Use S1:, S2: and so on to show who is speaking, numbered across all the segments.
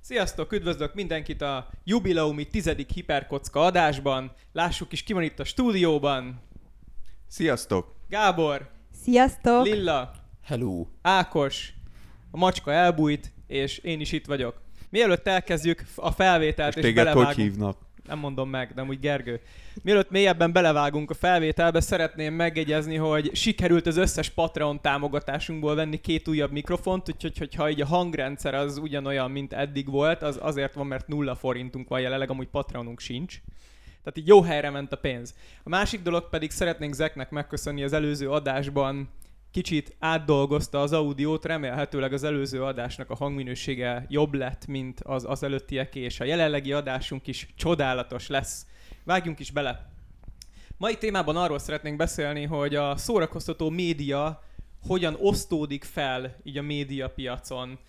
S1: Sziasztok, üdvözlök mindenkit a jubileumi 10. Hiperkocka adásban. Lássuk is, ki van itt a stúdióban.
S2: Sziasztok!
S1: Gábor,
S3: Sziasztok!
S1: Lilla,
S4: Hello!
S1: Ákos, a macska elbújt, és én is itt vagyok. Mielőtt elkezdjük a felvételt és
S2: téged
S1: belevágunk...
S2: hogy hívnak?
S1: Nem mondom meg, de úgy Gergő. Mielőtt mélyebben belevágunk a felvételbe, szeretném megjegyezni, hogy sikerült az összes Patreon támogatásunkból venni 2 újabb mikrofont, úgyhogy ha így a hangrendszer az ugyanolyan, mint eddig volt, az azért van, mert 0 forintunk van jelenleg, amúgy Patreonunk sincs. Tehát így jó helyre ment a pénz. A másik dolog pedig szeretnénk Zeknek megköszönni, az előző adásban kicsit átdolgozta az audiót, remélhetőleg az előző adásnak a hangminősége jobb lett, mint az előttieké, és a jelenlegi adásunk is csodálatos lesz. Vágjunk is bele! Mai témában arról szeretnénk beszélni, hogy a szórakoztató média hogyan osztódik fel így a médiapiacon,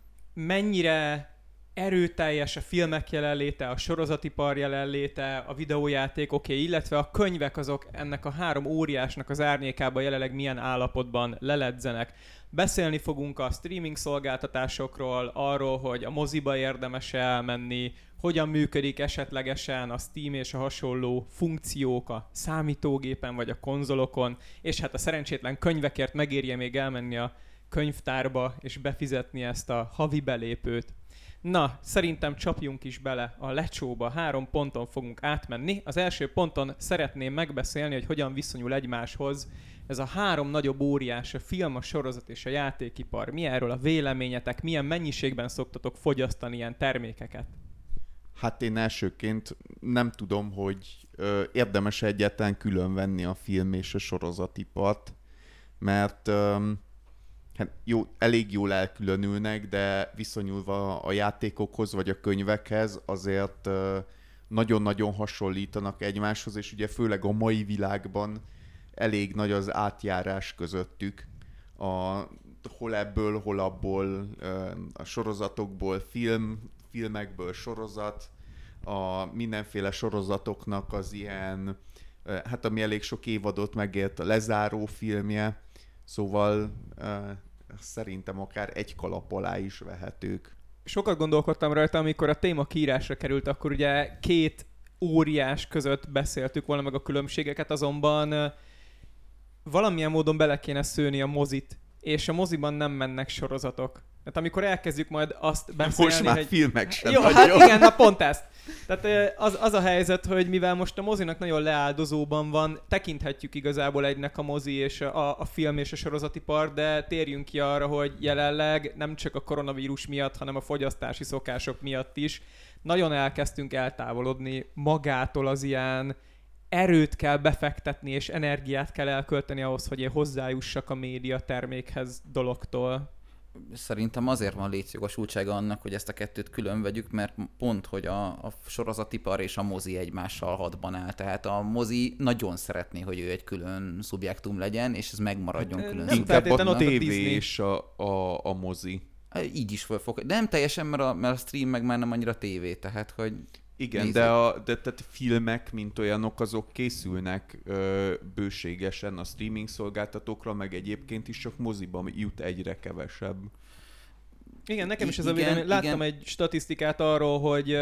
S1: mennyire erőteljes a filmek jelenléte, a sorozatipar jelenléte, a videójáték, illetve a könyvek azok ennek a 3 óriásnak az árnyékában jelenleg milyen állapotban leledzenek. Beszélni fogunk a streaming szolgáltatásokról, arról, hogy a moziba érdemes elmenni, hogyan működik esetlegesen a Steam és a hasonló funkciók a számítógépen vagy a konzolokon, és hát a szerencsétlen könyvekért megérje még elmenni a könyvtárba és befizetni ezt a havi belépőt. Na, szerintem csapjunk is bele a lecsóba. 3 ponton fogunk átmenni. Az első ponton szeretném megbeszélni, hogy hogyan viszonyul egymáshoz ez a 3 nagyobb óriás, a film, a sorozat és a játékipar. Mi erről a véleményetek? Milyen mennyiségben szoktatok fogyasztani ilyen termékeket?
S2: Hát én elsőként nem tudom, hogy érdemes egyáltalán külön venni a film és a sorozatipart, mert hát jó, elég jól elkülönülnek, de viszonyulva a játékokhoz vagy a könyvekhez azért nagyon-nagyon hasonlítanak egymáshoz, és ugye főleg a mai világban elég nagy az átjárás közöttük. Hol ebből, hol abból, a sorozatokból filmekből sorozat, a mindenféle sorozatoknak az ilyen, hát ami elég sok évadot megélt, a lezáró filmje, szóval szerintem akár egy kalap alá is vehetők.
S1: Sokat gondolkodtam rajta, amikor a téma kiírásra került, akkor ugye 2 óriás között beszéltük volna meg a különbségeket, azonban valamilyen módon bele kéne szőni a mozit, és a moziban nem mennek sorozatok. Tehát amikor elkezdjük majd azt beszélni,
S2: most már
S1: hogy...
S2: filmek sem
S1: Jó,
S2: nagyon.
S1: hát igen, na pont ezt. Tehát az a helyzet, hogy mivel most a mozinak nagyon leáldozóban van, tekinthetjük igazából egynek a mozi és a film és a sorozatipar, de térjünk ki arra, hogy jelenleg nem csak a koronavírus miatt, hanem a fogyasztási szokások miatt is nagyon elkezdtünk eltávolodni magától az ilyen erőt kell befektetni és energiát kell elkölteni ahhoz, hogy én hozzájussak a média termékhez dologtól.
S4: Szerintem azért van létjogosultsága annak, hogy ezt a kettőt külön vegyük, mert pont, hogy a sorozatipar és a mozi egymással hadban áll. Tehát a mozi nagyon szeretné, hogy ő egy külön szubjektum legyen, és ez megmaradjon külön
S1: nem
S4: szubjektum.
S2: Inkább
S1: feltétlenül
S2: a
S1: ott a
S2: tévé
S1: Disney.
S2: és a mozi.
S4: Így is fog. De nem teljesen, mert a stream meg már nem annyira tévé, tehát hogy...
S2: Igen,
S4: nézzük.
S2: de tehát filmek, mint olyanok, azok készülnek bőségesen a streaming szolgáltatókra, meg egyébként is csak moziban jut egyre kevesebb.
S1: Igen, nekem is ez a
S4: Igen,
S1: vélemény. Láttam
S4: igen.
S1: egy statisztikát arról, hogy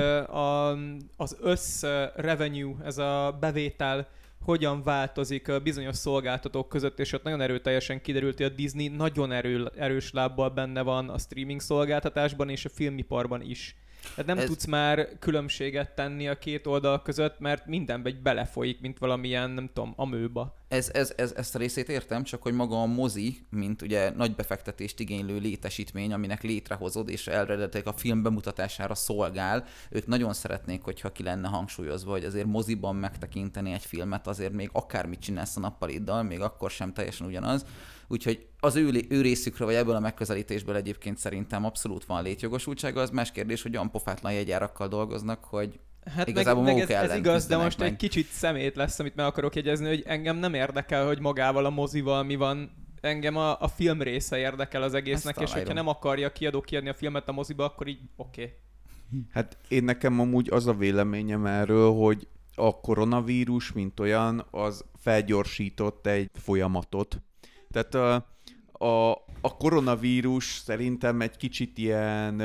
S1: az revenue, ez a bevétel hogyan változik bizonyos szolgáltatók között, és ott nagyon erőteljesen kiderült, hogy a Disney nagyon erős lábbal benne van a streaming szolgáltatásban és a filmiparban is. Tehát nem tudsz már különbséget tenni a 2 oldal között, mert mindenbe egy belefolyik, mint valamilyen, nem tudom, amőba.
S4: Ezt a részét értem, csak hogy maga a mozi, mint ugye nagy befektetést igénylő létesítmény, aminek létrehozod, és eredetileg a film bemutatására szolgál, ők nagyon szeretnék, hogyha ki lenne hangsúlyozva, hogy azért moziban megtekinteni egy filmet, azért még akármit csinálsz a nappaliddal, még akkor sem teljesen ugyanaz. Úgyhogy az ő részükről, vagy ebből a megközelítésből egyébként szerintem abszolút van létjogosultsága. Az más kérdés, hogy olyan pofátlan jegyárakkal dolgoznak, hogy
S1: Hát
S4: igazából
S1: meg
S4: maguk
S1: ez
S4: ellen
S1: igaz, de
S4: küzdenek
S1: most
S4: meg.
S1: egy kicsit szemét lesz, amit meg akarok jegyezni, hogy engem nem érdekel, hogy magával a mozival mi van. Engem a film része érdekel az egésznek,
S4: Ezt
S1: és hogyha
S4: aláírom.
S1: nem akarja a kiadó kiadni a filmet a moziba, akkor így oké.
S2: Hát én nekem amúgy az a véleményem erről, hogy a koronavírus, mint olyan, az felgyorsított egy folyamatot. Tehát a koronavírus szerintem egy kicsit ilyen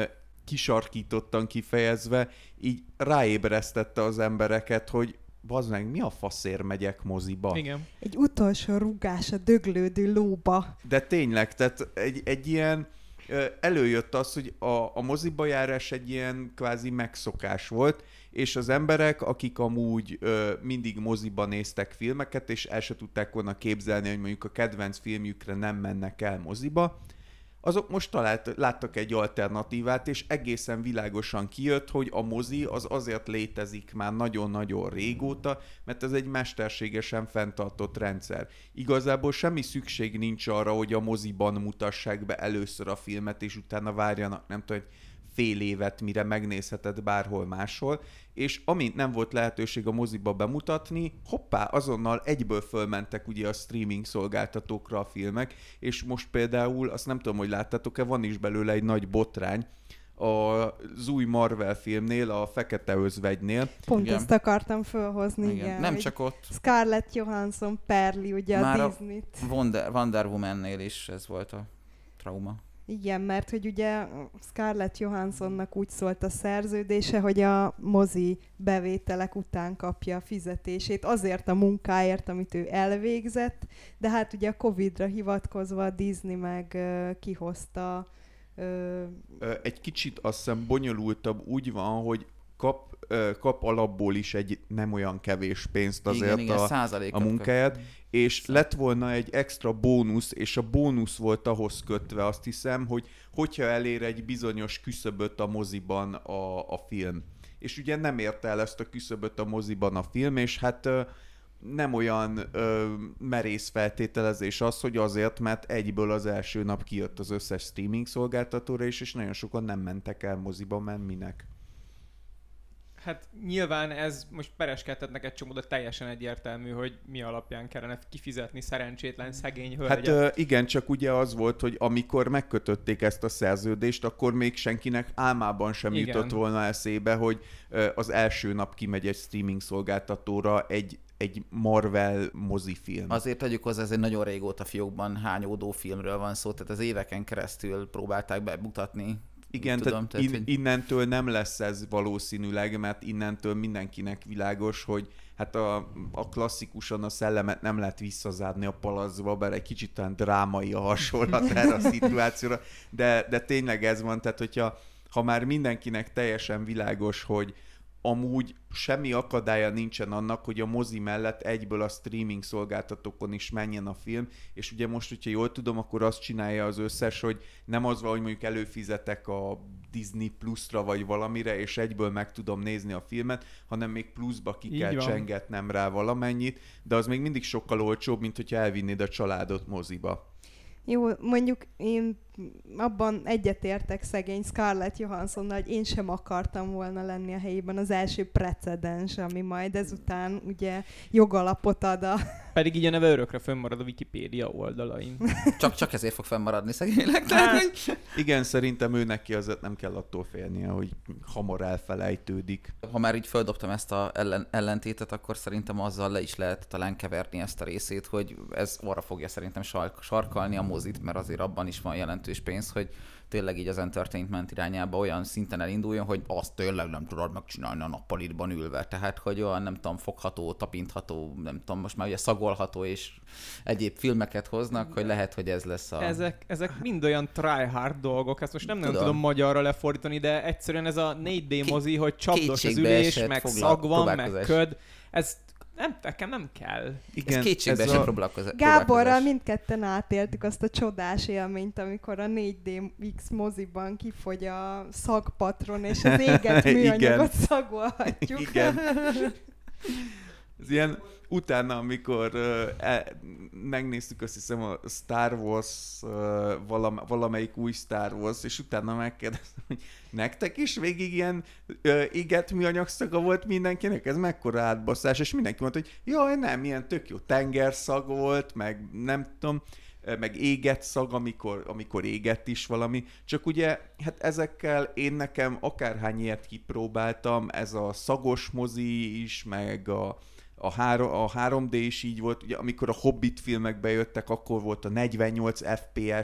S2: kisarkítottan kifejezve, így ráébresztette az embereket, hogy bazd meg, mi a faszért megyek moziba?
S1: Igen.
S3: Egy utolsó rúgás a döglődő lóba.
S2: De tényleg, tehát egy ilyen előjött az, hogy a moziba járás egy ilyen kvázi megszokás volt, és az emberek, akik amúgy mindig moziba néztek filmeket, és el se tudták volna képzelni, hogy mondjuk a kedvenc filmjükre nem mennek el moziba, azok most láttak egy alternatívát, és egészen világosan kijött, hogy a mozi az azért létezik már nagyon-nagyon régóta, mert ez egy mesterségesen fenntartott rendszer. Igazából semmi szükség nincs arra, hogy a moziban mutassák be először a filmet, és utána várjanak, nem tudom, fél évet, mire megnézheted bárhol máshol, és amint nem volt lehetőség a moziba bemutatni, hoppá, azonnal egyből fölmentek ugye a streaming szolgáltatókra a filmek, és most például, azt nem tudom, hogy láttátok-e, van is belőle egy nagy botrány, az új Marvel filmnél, a Fekete Özvegynél.
S3: Pont
S4: Igen.
S3: ezt akartam fölhozni, igen.
S4: Nem
S3: hogy
S4: csak ott.
S3: Scarlett Johansson perli ugye
S4: Már
S3: a
S4: a
S3: Disney-t.
S4: Wonder Woman-nél is ez volt a trauma.
S3: Igen, mert hogy ugye Scarlett Johanssonnak úgy szólt a szerződése, hogy a mozi bevételek után kapja a fizetését azért a munkáért, amit ő elvégzett, de hát ugye a Covid-ra hivatkozva a Disney meg kihozta.
S2: Egy kicsit azt hiszem bonyolultabb úgy van, hogy kap alapból is egy nem olyan kevés pénzt azért
S4: igen,
S2: a munkáját, és lett volna egy extra bónusz, és a bónusz volt ahhoz kötve, azt hiszem, hogy hogyha elér egy bizonyos küszöböt a moziban a film. És ugye nem érte el ezt a küszöböt a moziban a film, és hát nem olyan merész feltételezés az, hogy azért, mert egyből az első nap kijött az összes streaming szolgáltatóra is, és nagyon sokan nem mentek el moziba, mert minek.
S1: Hát nyilván ez most pereskedhetnek egy csomó, de teljesen egyértelmű, hogy mi alapján kellene kifizetni szerencsétlen szegény hölgyet.
S2: Hát igen, csak ugye az volt, hogy amikor megkötötték ezt a szerződést, akkor még senkinek álmában sem jutott volna eszébe, hogy az első nap kimegy egy streaming szolgáltatóra egy Marvel mozifilm.
S4: Azért tegyük hozzá, ez egy nagyon régóta fiókban hányódó filmről van szó, tehát az éveken keresztül próbálták bemutatni.
S2: Igen,
S4: tudom,
S2: tehát innentől nem lesz ez valószínűleg, mert innentől mindenkinek világos, hogy hát a klasszikusan a szellemet nem lehet visszazárni a palacba, bár egy kicsit talán drámai a hasonlat erre a szituációra, de tényleg ez van, tehát hogyha már mindenkinek teljesen világos, hogy amúgy semmi akadálya nincsen annak, hogy a mozi mellett egyből a streaming szolgáltatókon is menjen a film, és ugye most, hogyha jól tudom, akkor azt csinálja az összes, hogy nem az van, hogy mondjuk előfizetek a Disney Plus-ra vagy valamire, és egyből meg tudom nézni a filmet, hanem még pluszba ki kell csengetnem rá valamennyit, de az még mindig sokkal olcsóbb, mint hogyha elvinnéd a családot moziba.
S3: Jó, mondjuk én abban egyetértek szegény Scarlett Johanssonnal, hogy én sem akartam volna lenni a helyében az első precedens, ami majd ezután ugye jogalapot ad a...
S1: Pedig így a neve örökre fönnmarad a Wikipédia oldalain.
S4: Csak ezért fog fennmaradni szegényleg.
S2: Igen, szerintem ő neki azért nem kell attól félnie, hogy hamar elfelejtődik.
S4: Ha már így földobtam ezt a ellentétet, akkor szerintem azzal le is lehet talán keverni ezt a részét, hogy ez arra fogja szerintem sarkalni a mozit, mert azért abban is van jelentős pénz, hogy tényleg így az entertainment irányába olyan szinten elinduljon, hogy azt tényleg nem tudod megcsinálni a nappalitban ülve. Tehát, hogy olyan, nem tudom, fogható, tapintható, nem tudom, most már ugye szagolható és egyéb filmeket hoznak, hogy lehet, hogy ez lesz a...
S1: Ezek mind olyan tryhard dolgok, ezt most nem tudom magyarra lefordítani, de egyszerűen ez a 4D mozi, hogy csapdos az ülés, meg szag van, meg köd, ez nekem nem kell.
S4: Igen, ez kétségbe esett próbálkozás.
S3: Gáborral mindketten átéltük azt a csodás élményt, amikor a 4DX moziban kifogy a szagpatron, és az éget műanyagot szagolhatjuk.
S2: Igen. Ez ilyen utána, amikor megnéztük, azt hiszem, a Star Wars, valamelyik új Star Wars, és utána megkérdeztem, hogy nektek is végig ilyen éget műanyagszaga volt mindenkinek? Ez mekkora átbaszás? És mindenki mondta, hogy jaj, nem, ilyen tök jó tengerszag volt, meg nem tudom, meg égett szag, amikor égett is valami. Csak ugye, hát ezekkel én nekem akárhány ilyet kipróbáltam, ez a szagos mozi is, meg a 3D is így volt, ugye amikor a Hobbit filmek bejöttek, akkor volt a 48 FPS,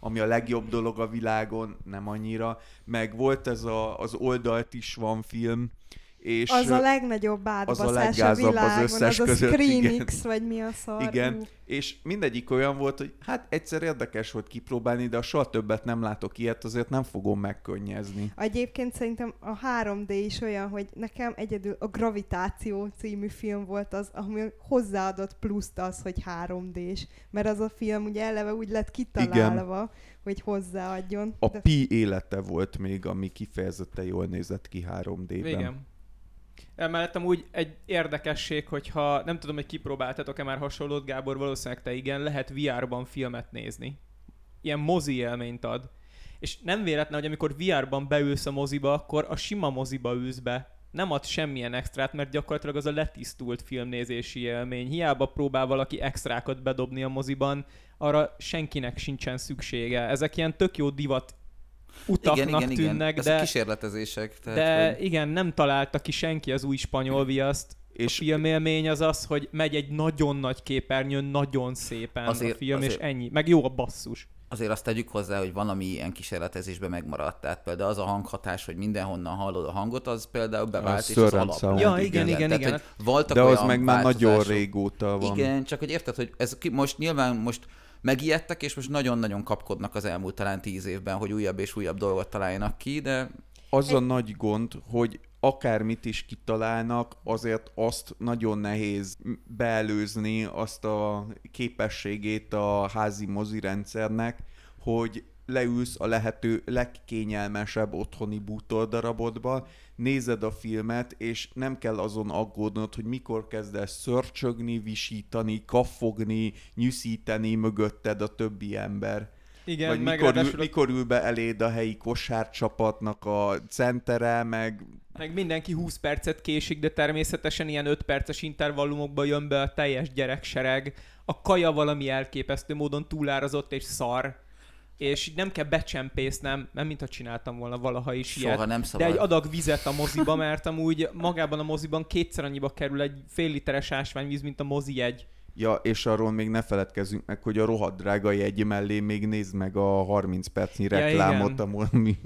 S2: ami a legjobb dolog a világon, nem annyira. Meg volt ez az Oldalt is van film, és
S3: az a legnagyobb átbaszás a világon,
S2: az összes
S3: az a
S2: között,
S3: ScreenX, vagy mi a szar.
S2: Igen, és mindegyik olyan volt, hogy hát egyszer érdekes volt kipróbálni, de soha többet nem látok ilyet, azért nem fogom megkönnyezni.
S3: Egyébként szerintem a 3D is olyan, hogy nekem egyedül a Gravitáció című film volt az, ami hozzáadott pluszt az, hogy 3D-s. Mert az a film ugye eleve úgy lett kitalálva, igen, hogy hozzáadjon.
S2: A Pi élete volt még, ami kifejezetten jól nézett ki 3D-ben.
S1: Igen. Emellett amúgy egy érdekesség, hogyha nem tudom, hogy kipróbáltatok-e már hasonlót, Gábor, valószínűleg te igen, lehet VR-ban filmet nézni. Ilyen mozi élményt ad. És nem véletlen, hogy amikor VR-ban beülsz a moziba, akkor a sima moziba ülsz be. Nem ad semmilyen extrát, mert gyakorlatilag az a letisztult filmnézési élmény. Hiába próbál valaki extrákat bedobni a moziban, arra senkinek sincsen szüksége. Ezek ilyen tök jó divat utaknak tűnnek,
S4: de kísérletezések. Tehát,
S1: de
S4: hogy...
S1: igen, nem találta ki senki az új spanyol viaszt. És a filmélmény az az, hogy megy egy nagyon nagy képernyőn, nagyon szépen azért, a film, és ennyi. Meg jó a basszus.
S4: Azért azt tegyük hozzá, hogy van, ami ilyen kísérletezésben megmaradt. Tehát például az a hanghatás, hogy mindenhonnan hallod a hangot, az például bevált, és az alap.
S1: Ja, igen.
S4: Tehát, voltak
S2: de
S4: olyan
S2: az meg már nagyon régóta van.
S4: Igen, csak hogy érted, hogy ez most nyilván megijedtek, és most nagyon-nagyon kapkodnak az elmúlt talán 10 évben, hogy újabb és újabb dolgot találjanak ki, de...
S2: Az a nagy gond, hogy akármit is kitalálnak, azért azt nagyon nehéz beelőzni, azt a képességét a házi mozirendszernek, hogy leülsz a lehető legkényelmesebb otthoni bútordarabodba, nézed a filmet, és nem kell azon aggódnod, hogy mikor kezdesz szörcsögni, visítani, kaffogni, nyűszíteni mögötted a többi ember.
S1: Igen,
S2: vagy mikor ül be eléd a helyi kosárcsapatnak a centere, meg
S1: mindenki 20 percet késik, de természetesen ilyen 5 perces intervallumokban jön be a teljes gyereksereg. A kaja valami elképesztő módon túlárazott és szar. És nem kell becsempésznem, nem mintha csináltam volna valaha is
S4: soha
S1: ilyet,
S4: nem szabad.
S1: De egy adag vizet a moziba, mert amúgy magában a moziban 2-szer annyiba kerül egy fél literes ásványvíz, mint a mozi jegy.
S2: Ja, és arról még ne feledkezzünk meg, hogy a rohadt drága jegy mellé még nézd meg a 30 percnyi reklámot a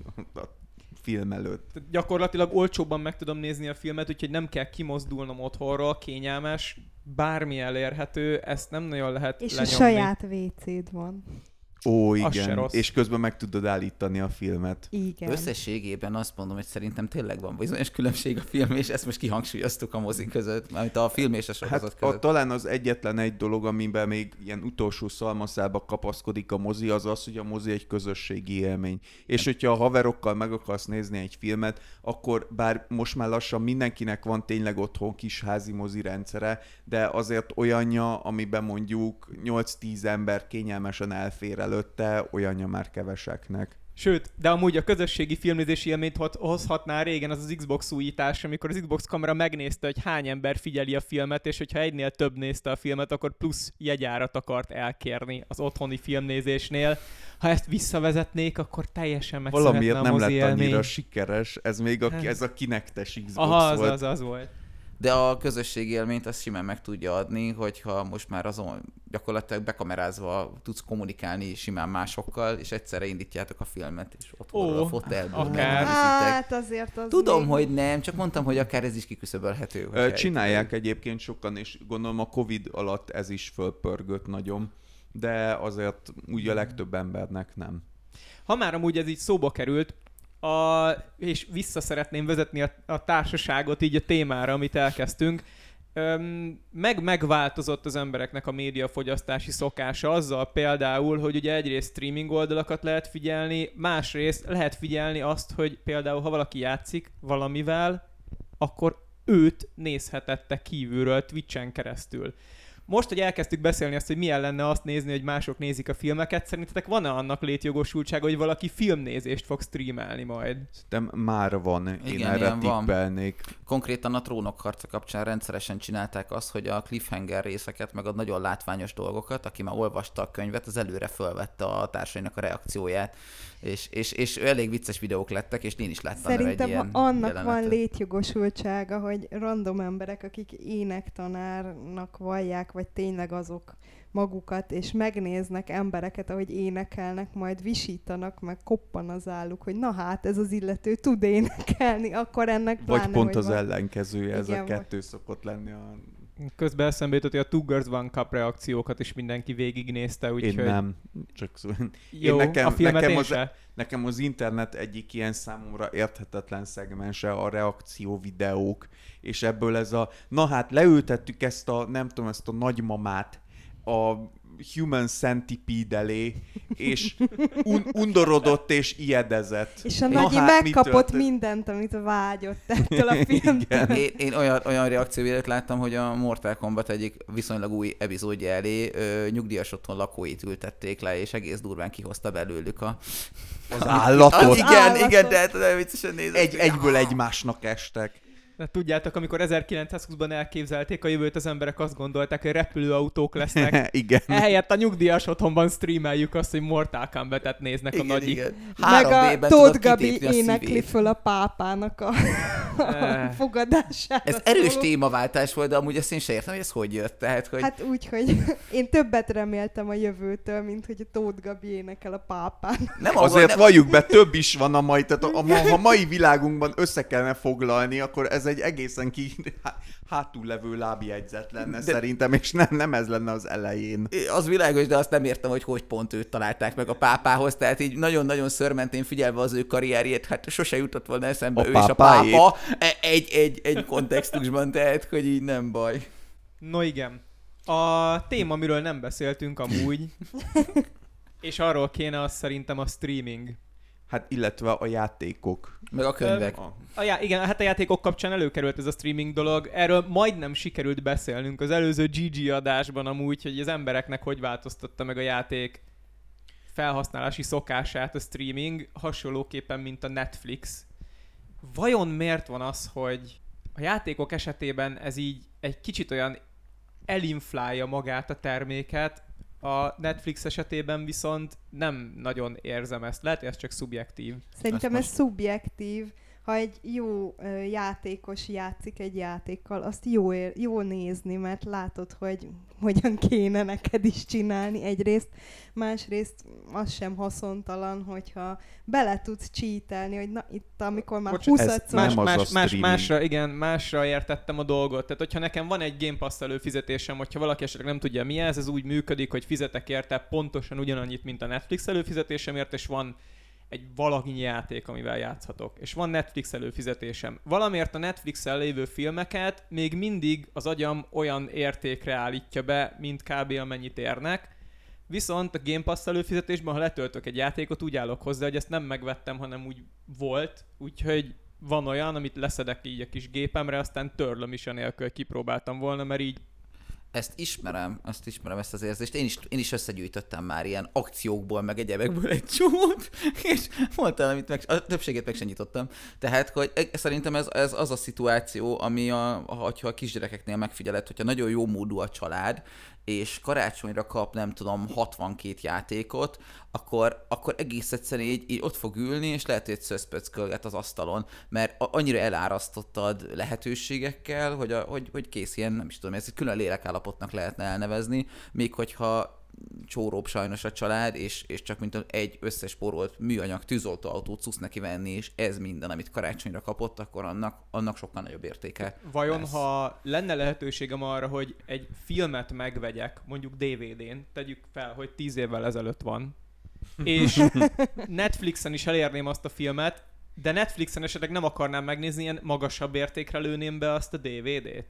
S2: film előtt.
S1: Tehát gyakorlatilag olcsóbban meg tudom nézni a filmet, úgyhogy nem kell kimozdulnom otthonról, kényelmes, bármi elérhető, ezt nem nagyon lehet
S3: és
S1: lenyomni.
S3: És a saját WC-d van.
S2: Ó, igen, és közben meg tudod állítani a filmet.
S3: Igen.
S4: Összességében azt mondom, hogy szerintem tényleg van bizonyos különbség a film, és ezt most kihangsúlyoztuk a mozi között, mármint a film és a sorozat között.
S2: Talán az egyetlen egy dolog, amiben még ilyen utolsó szalmaszába kapaszkodik a mozi, az az, hogy a mozi egy közösségi élmény. És hogyha a haverokkal meg akarsz nézni egy filmet, akkor bár most már lassan mindenkinek van tényleg otthon kis házi mozi rendszere, de azért olyanja, amiben mondjuk 8-10 ember kényelmesen elfér előtte, olyanja már keveseknek.
S1: Sőt, de amúgy a közösségi filmnézési élményt hozhatná régen az Xbox újítás, amikor az Xbox kamera megnézte, hogy hány ember figyeli a filmet, és hogyha egynél több nézte a filmet, akkor plusz jegyárat akart elkérni az otthoni filmnézésnél. Ha ezt visszavezetnék, akkor teljesen megszeretne a mozi élmény.
S2: Valamiért nem lett annyira sikeres, ez még ez a Kinectes Xbox volt.
S1: Az volt.
S4: De a közösségi élményt azt simán meg tudja adni, hogyha most már azon gyakorlatilag bekamerázva tudsz kommunikálni simán másokkal, és egyszerre indítjátok a filmet, és ott van a fotelből.
S1: Akár.
S3: Hát azért az
S4: tudom,
S3: még...
S4: hogy nem, csak mondtam, hogy akár ez is kiküszöbölhető.
S2: Csinálják egyébként sokan, és gondolom a Covid alatt ez is fölpörgött nagyon, de azért úgy a legtöbb embernek nem.
S1: Ha már amúgy ez így szóba került, és vissza szeretném vezetni a társaságot így a témára, amit elkezdtünk, megváltozott az embereknek a médiafogyasztási szokása azzal például, hogy ugye egyrészt streaming oldalakat lehet figyelni, másrészt lehet figyelni azt, hogy például ha valaki játszik valamivel, akkor őt nézhetette kívülről Twitch-en keresztül. Most, hogy elkezdtük beszélni azt, hogy milyen lenne azt nézni, hogy mások nézik a filmeket, szerintetek van-e annak létjogosultsága, hogy valaki filmnézést fog streamelni majd?
S2: Szerintem már van, én
S4: igen,
S2: erre tippelnék.
S4: Konkrétan a Trónok harca kapcsán rendszeresen csinálták azt, hogy a cliffhanger részeket, meg a nagyon látványos dolgokat, aki már olvasta a könyvet, az előre fölvette a társainak a reakcióját. És elég vicces videók lettek, és én is láttam
S3: szerintem
S4: egy ilyen
S3: annak
S4: jelenetet.
S3: van létjogosultsága, hogy random emberek, akik énektanárnak vallják, vagy tényleg azok magukat, és megnéznek embereket, ahogy énekelnek, majd visítanak, meg koppan az álluk, hogy na hát, ez az illető tud énekelni, akkor ennek pláne,
S2: Vagy pont
S3: hogy
S2: az
S3: van.
S2: ellenkezője, ez
S3: Igen,
S2: a kettő szokott lenni a...
S1: Közben eszembe jutott, hogy a Two Girls One Cup reakciókat is mindenki végignézte, úgyhogy...
S2: Én nem. Csak szó...
S1: Jó, a filmet én se.
S2: Nekem az internet egyik ilyen számomra érthetetlen szegmense a reakció videók, és ebből ez a, na hát leültettük ezt a, nem tudom, ezt a nagymamát a Human Centipede elé, és undorodott és ijedezett.
S3: És a
S2: Na
S3: nagyi
S2: hát, mi
S3: megkapott
S2: történt?
S3: mindent, amit vágyott ettől a filmtől.
S4: Én olyan reakcióvélet láttam, hogy a Mortal Kombat egyik viszonylag új epizódja elé nyugdíjas otthon lakóit ültették le, és egész durván kihozta belőlük
S2: Az állatot.
S4: Igen, de hát nagyon viccesen nézett.
S2: Egyből egymásnak estek.
S1: De tudjátok, amikor 1920-ban elképzelték a jövőt, az emberek azt gondolták, hogy repülőautók lesznek.
S2: Igen.
S1: Ehelyett a nyugdíjas otthonban streameljük azt, hogy Mortal Kombat-et néznek a nagyik.
S4: Igen.
S3: Meg a
S4: 3D-ben
S3: Tóth
S4: tudod
S3: Gabi
S4: kitépni a
S3: énekli
S4: szívét.
S3: föl a pápának a fogadására.
S4: Ez erős
S3: szóló.
S4: témaváltás volt, de amúgy ezt én sem értem, hogy ez hogy jött. Tehát, hogy
S3: Hát úgy, hogy én többet reméltem a jövőtől, mint hogy a Tóth Gabi énekel a pápán.
S4: nem
S2: Azért valljuk be, több is van a mai, tehát ha mai világunkban össze kellene foglalni, akkor ez egy egészen hátul levő lábjegyzet lenne szerintem, és nem ez lenne az elején.
S4: Az világos, de azt nem értem, hogy pont őt találták meg a pápához, tehát így nagyon-nagyon szörmentén figyelve az ő karrierjét, hát sose jutott volna eszembe ő és a pápa egy kontextusban, tehát hogy így nem baj.
S1: No igen. A téma, amiről nem beszéltünk amúgy, és arról kéne az szerintem a streaming.
S2: Hát illetve a játékok.
S4: Meg a könyvek.
S1: Igen, hát a játékok kapcsán előkerült ez a streaming dolog. Erről majdnem sikerült beszélnünk az előző GG adásban amúgy, hogy az embereknek hogy változtatta meg a játék felhasználási szokását a streaming, hasonlóképpen, mint a Netflix. Vajon miért van az, hogy a játékok esetében ez így egy kicsit olyan elinflálja magát a terméket, a Netflix esetében viszont nem nagyon érzem ezt. Lehet, hogy ez csak szubjektív.
S3: Szerintem ez szubjektív. Ha egy jó játékos játszik egy játékkal, azt jó nézni, mert látod, hogy hogyan kéne neked is csinálni egyrészt. Másrészt az sem haszontalan, hogyha bele tudsz cheatelni, hogy na itt, amikor már 20-szor...
S1: Másra értettem a dolgot. Tehát, hogyha nekem van egy Game Pass előfizetésem, hogyha valaki esetleg nem tudja mi ez úgy működik, hogy fizetek érte pontosan ugyanannyit, mint a Netflix előfizetésemért, és van egy valakinyi játék, amivel játszhatok. És van Netflix előfizetésem. Valamiért a Netflixen lévő filmeket még mindig az agyam olyan értékre állítja be, mint kb. Amennyit érnek. Viszont a Game Pass előfizetésben, ha letöltök egy játékot, úgy állok hozzá, hogy ezt nem megvettem, hanem úgy volt. Úgyhogy van olyan, amit leszedek így a kis gépemre, aztán törlöm is anélkül, kipróbáltam volna, mert így
S4: Ezt ismerem ezt az érzést. Én is összegyűjtöttem már ilyen akciókból, meg egyebekből egy csomót, és mondtam, amit a többségét meg sem nyitottam. Tehát, hogy szerintem ez az a szituáció, ami hogyha a kisgyerekeknél megfigyeled, hogyha nagyon jó módú a család, és karácsonyra kap, nem tudom, 62 játékot, akkor egész egyszerűen így ott fog ülni, és lehet, hogy szöszpöckölget az asztalon, mert annyira elárasztottad lehetőségekkel, hogy kész ilyen, nem is tudom, ez egy külön lélekállapotnak lehetne elnevezni, még hogyha csóróbb sajnos a család, és csak mint egy összespórolt műanyag tűzoltóautót szusz neki venni, és ez minden, amit karácsonyra kapott, akkor annak sokkal nagyobb értéke.
S1: Vajon,
S4: lesz.
S1: ha lenne lehetőségem arra, hogy egy filmet megvegyek, mondjuk DVD-n, tegyük fel, hogy 10 évvel ezelőtt van, és Netflixen is elérném azt a filmet, de Netflixen esetleg nem akarnám megnézni, ilyen magasabb értékre lőném be azt a DVD-t?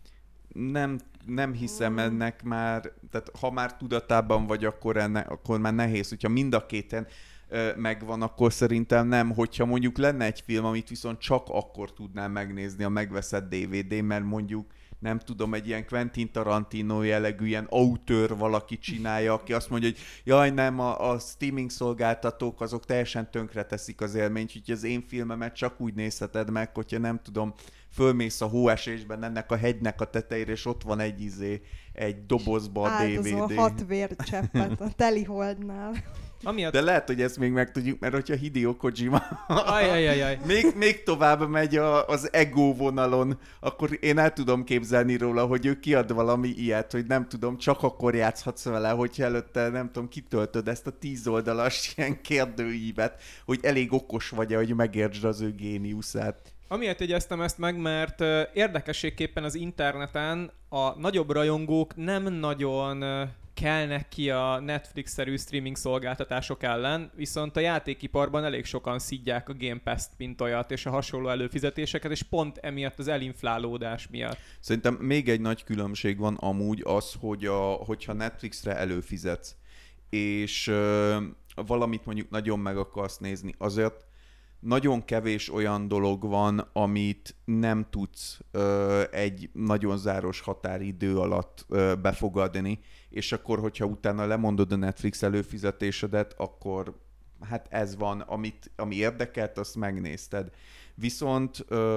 S2: Nem hiszem ennek már, tehát ha már tudatában vagy, akkor már nehéz, hogyha mind a kéten megvan, akkor szerintem nem. Hogyha mondjuk lenne egy film, amit viszont csak akkor tudnám megnézni a megveszett DVD, mert mondjuk nem tudom, egy ilyen Quentin Tarantino jellegű ilyen autőr valaki csinálja, aki azt mondja, hogy jaj nem, a streaming szolgáltatók azok teljesen tönkreteszik az élményt, úgyhogy az én filmemet csak úgy nézheted meg, hogyha nem tudom, fölmész a hóesésben ennek a hegynek a tetejére, és ott van egy dobozba a DVD.
S3: Áldozol 6 vércseppet a Teliholdnál.
S1: Amiatt...
S2: De lehet, hogy ezt még megtudjuk, mert hogyha Hideo Kojima
S1: Ajajajaj.
S2: még tovább megy az ego vonalon, akkor én el tudom képzelni róla, hogy ő kiad valami ilyet, hogy nem tudom, csak akkor játszhatsz vele, hogyha előtte, nem tudom, kitöltöd ezt a 10 oldalas ilyen kérdőívet, hogy elég okos vagy-e, hogy megértsd az ő géniuszát.
S1: Amiért jegyeztem ezt meg, mert érdekességképpen az interneten a nagyobb rajongók nem nagyon kelnek ki a Netflix-szerű streaming szolgáltatások ellen, viszont a játékiparban elég sokan szidják a Game Pass-t, mint olyat, és a hasonló előfizetéseket, és pont emiatt az elinflálódás miatt.
S2: Szerintem még egy nagy különbség van amúgy az, hogy hogyha Netflixre előfizetsz, és valamit mondjuk nagyon meg akarsz nézni, azért nagyon kevés olyan dolog van, amit nem tudsz egy nagyon záros határidő alatt befogadni, és akkor, hogyha utána lemondod a Netflix előfizetésedet, akkor hát ez van, ami érdekelt, azt megnézted. Viszont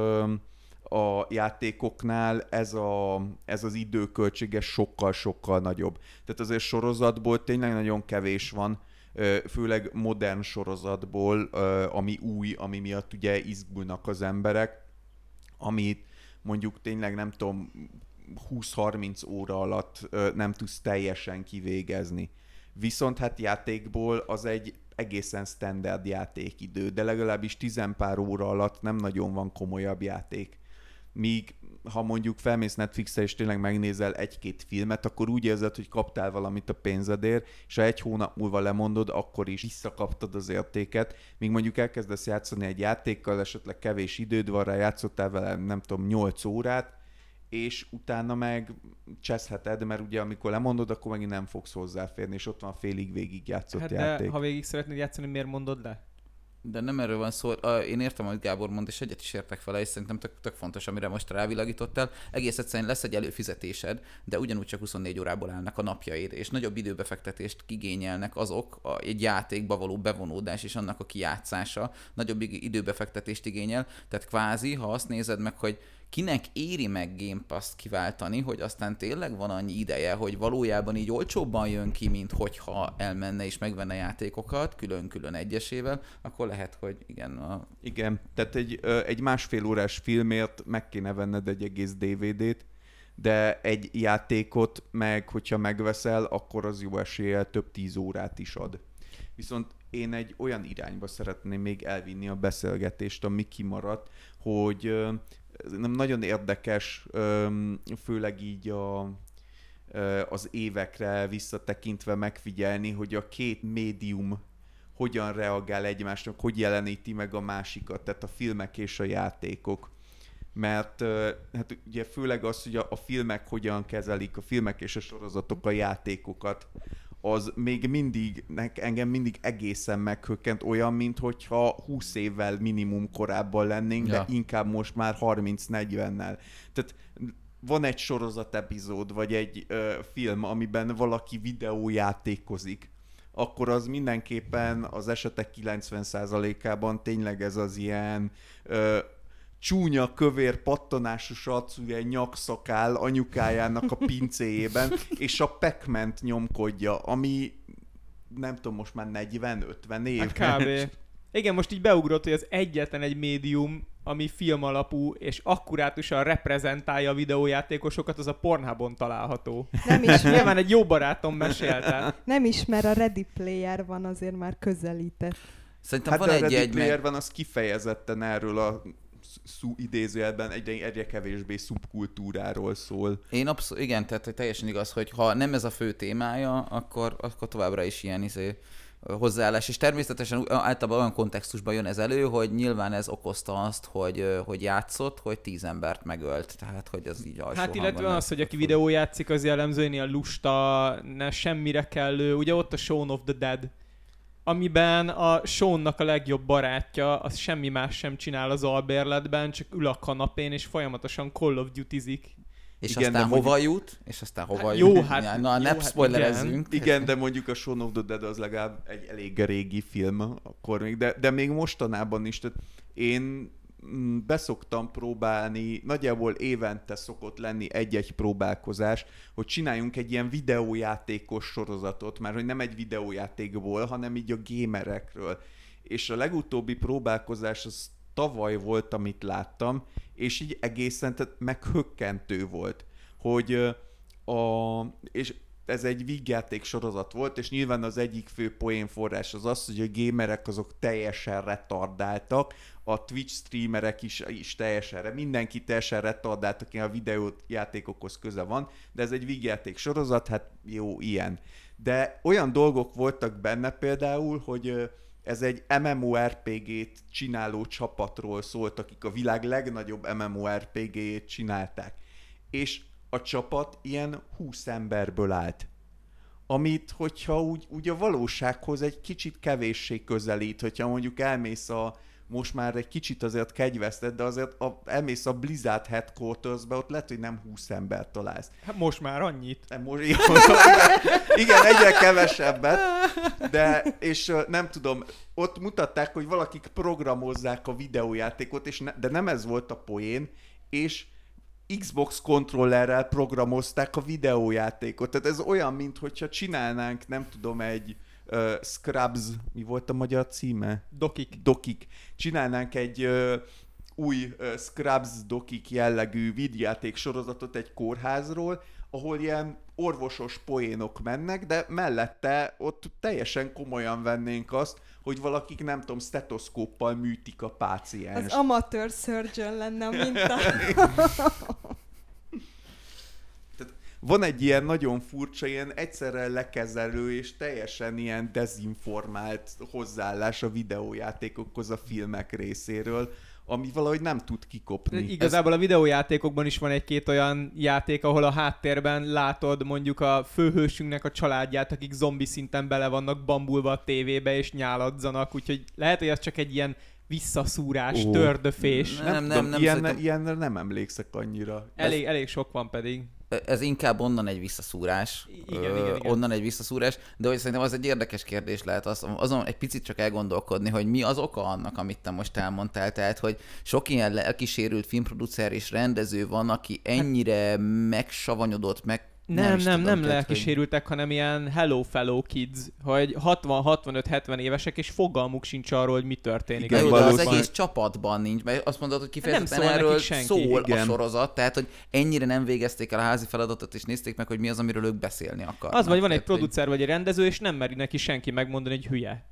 S2: a játékoknál ez az időköltsége sokkal-sokkal nagyobb. Tehát azért sorozatból tényleg nagyon kevés van, főleg modern sorozatból, ami új, ami miatt ugye izgulnak az emberek, amit mondjuk tényleg nem tudom, 20-30 óra alatt nem tudsz teljesen kivégezni. Viszont hát játékból az egy egészen standard játékidő, de legalábbis 10 pár óra alatt nem nagyon van komolyabb játék. Míg ha mondjuk felmész Netflixre és tényleg megnézel egy-két filmet, akkor úgy érzed, hogy kaptál valamit a pénzedért, és ha egy hónap múlva lemondod, akkor is visszakaptad az értéket. Míg mondjuk elkezdesz játszani egy játékkal, esetleg kevés időd van rá, játszottál vele, nem tudom, 8 órát, és utána meg cseszheted, mert ugye amikor lemondod, akkor megint nem fogsz hozzáférni, és ott van félig végig játszott játék.
S1: De ha végig szeretnéd játszani, miért mondod le?
S4: De nem erről van szó. Én értem, amit Gábor mond, és egyet is értek vele, és szerintem tök fontos, amire most rávilágítottál. Egész egyszerűen lesz egy előfizetésed, de ugyanúgy csak 24 órából állnak a napjaid, és nagyobb időbefektetést igényelnek azok, egy játékba való bevonódás és annak a kijátszása nagyobb időbefektetést igényel. Tehát kvázi, ha azt nézed meg, hogy kinek éri meg Game Pass-t kiváltani, hogy aztán tényleg van annyi ideje, hogy valójában így olcsóbban jön ki, mint hogyha elmenne és megvenne játékokat, külön-külön egyesével, akkor lehet, hogy igen.
S2: Igen, tehát egy másfél órás filmért meg kéne venned egy egész DVD-t, de egy játékot meg, hogyha megveszel, akkor az jó eséllyel több 10 órát is ad. Viszont én egy olyan irányba szeretném még elvinni a beszélgetést, ami kimaradt, hogy nem nagyon érdekes, főleg így az évekre visszatekintve megfigyelni, hogy a két médium hogyan reagál egymásnak, hogy jeleníti meg a másikat, tehát a filmek és a játékok. Mert hát ugye főleg az, hogy a filmek hogyan kezelik, a filmek és a sorozatok a játékokat, az még mindig, engem mindig egészen meghökkent, olyan, minthogyha 20 évvel minimum korábban lennénk, de inkább most már 30-40-nel. Tehát van egy sorozat epizód, vagy egy film, amiben valaki videójátékozik, akkor az mindenképpen az esetek 90%-ában tényleg ez az ilyen csúnya, kövér, pattanásos arcú, ilyen nyakszakál anyukájának a pincéjében, és a Pac-Man-t nyomkodja, ami nem tudom, most már 40-50 év.
S1: Hát kb. Igen, most így beugrott, hogy az egyetlen egy médium, ami film alapú, és akkurátusan reprezentálja a videójátékosokat, az a Pornhubon található.
S3: Nem ismer.
S1: Nyilván egy jó barátom mesélte.
S3: Nem ismer, a Ready Player van, azért már közelített.
S4: Szerintem
S2: hát
S4: van
S2: a Ready
S4: egy
S2: Player van, az kifejezetten erről a idézőjelben egyre kevésbé szubkultúráról szól.
S4: Igen, tehát hogy teljesen igaz, hogy ha nem ez a fő témája, akkor továbbra is ilyen hozzáállás, és természetesen általában olyan kontextusban jön ez elő, hogy nyilván ez okozta azt, hogy játszott, hogy 10 embert megölt, tehát hogy ez így alsó
S1: Hát illetve
S4: hangon
S1: az, hogy aki videó játszik, az jellemzően ilyen lusta, ne semmire kellő, ugye ott a Shaun of the Dead, amiben a Seannak a legjobb barátja, az semmi más sem csinál az albérletben, csak ül a kanapén, és folyamatosan Call of Duty-zik.
S4: És
S2: igen,
S4: aztán hova jut?
S1: Jó, hát...
S4: Na, ne spoilerezzünk.
S2: Igen, de mondjuk a Shaun of the Dead az legalább egy elég régi film, akkor még, de még mostanában is. Tehát én beszoktam próbálni, nagyjából évente szokott lenni egy-egy próbálkozás, hogy csináljunk egy ilyen videójátékos sorozatot, mert hogy nem egy videójátékból, hanem így a gamerekről. És a legutóbbi próbálkozás az tavaly volt, amit láttam, és így egészen meghökkentő volt, hogy és ez egy vígjáték sorozat volt, és nyilván az egyik fő poénforrás az az, hogy a gamerek azok teljesen retardáltak, a Twitch streamerek is teljesen, mindenki teljesen retardált, aki a videójátékokhoz köze van, de ez egy vígjáték sorozat, hát jó, ilyen. De olyan dolgok voltak benne például, hogy ez egy MMORPG-t csináló csapatról szólt, akik a világ legnagyobb MMORPG-jét csinálták. És a csapat ilyen 20 emberből állt. Amit, hogyha úgy a valósághoz egy kicsit kevéssé közelít, hogyha mondjuk elmész most már egy kicsit azért kegyvesztett, de azért elmész a Blizzard Headquarters-be, ott lehet, hogy nem 20 embert találsz.
S1: Hát most már annyit.
S2: Igen, egyre kevesebbet, és nem tudom, ott mutatták, hogy valakik programozzák a videójátékot, de nem ez volt a poén, és Xbox kontrollerrel programozták a videójátékot. Tehát ez olyan, mintha csinálnánk, nem tudom, egy Scrubs, mi volt a magyar címe? Dokik. Csinálnánk egy új Scrubs Dokik jellegű videójáték sorozatot egy kórházról, ahol ilyen orvosos poénok mennek, de mellette ott teljesen komolyan vennénk azt, hogy valakik, nem tudom, stetoszkóppal műtik a pácienst.
S3: Az amatőr surgeon lenne a minta.
S2: Van egy ilyen nagyon furcsa, ilyen egyszerre lekezelő és teljesen ilyen dezinformált hozzáállás a videójátékokhoz a filmek részéről, ami valahogy nem tud kikopni.
S1: Igazából a videójátékokban is van egy-két olyan játék, ahol a háttérben látod mondjuk a főhősünknek a családját, akik zombi szinten bele vannak bambulva a tévébe és nyáladzanak, úgyhogy lehet, hogy az csak egy ilyen visszaszúrás, tördöfés.
S2: Nem, ilyenre nem emlékszek annyira.
S1: Elég sok van pedig.
S4: Ez inkább onnan egy visszaszúrás.
S1: Igen.
S4: Onnan egy visszaszúrás, de hogy szerintem az egy érdekes kérdés lehet azon egy picit csak elgondolkodni, hogy mi az oka annak, amit te most elmondtál. Tehát, hogy sok ilyen lelkisérült filmproducer és rendező van, aki ennyire megsavanyodott,
S1: Nem lelkisérültek, hanem ilyen hello fellow kids, hogy 60-65-70 évesek, és fogalmuk sincs arról, hogy mi történik.
S4: Igen, de az egész csapatban nincs, mert azt mondod, hogy kifejezetten erről szól a sorozat, tehát hogy ennyire nem végezték el a házi feladatot, és nézték meg, hogy mi az, amiről ők beszélni akarnak.
S1: Az vagy van egy producer vagy egy rendező, és nem meri neki senki megmondani, hogy hülye.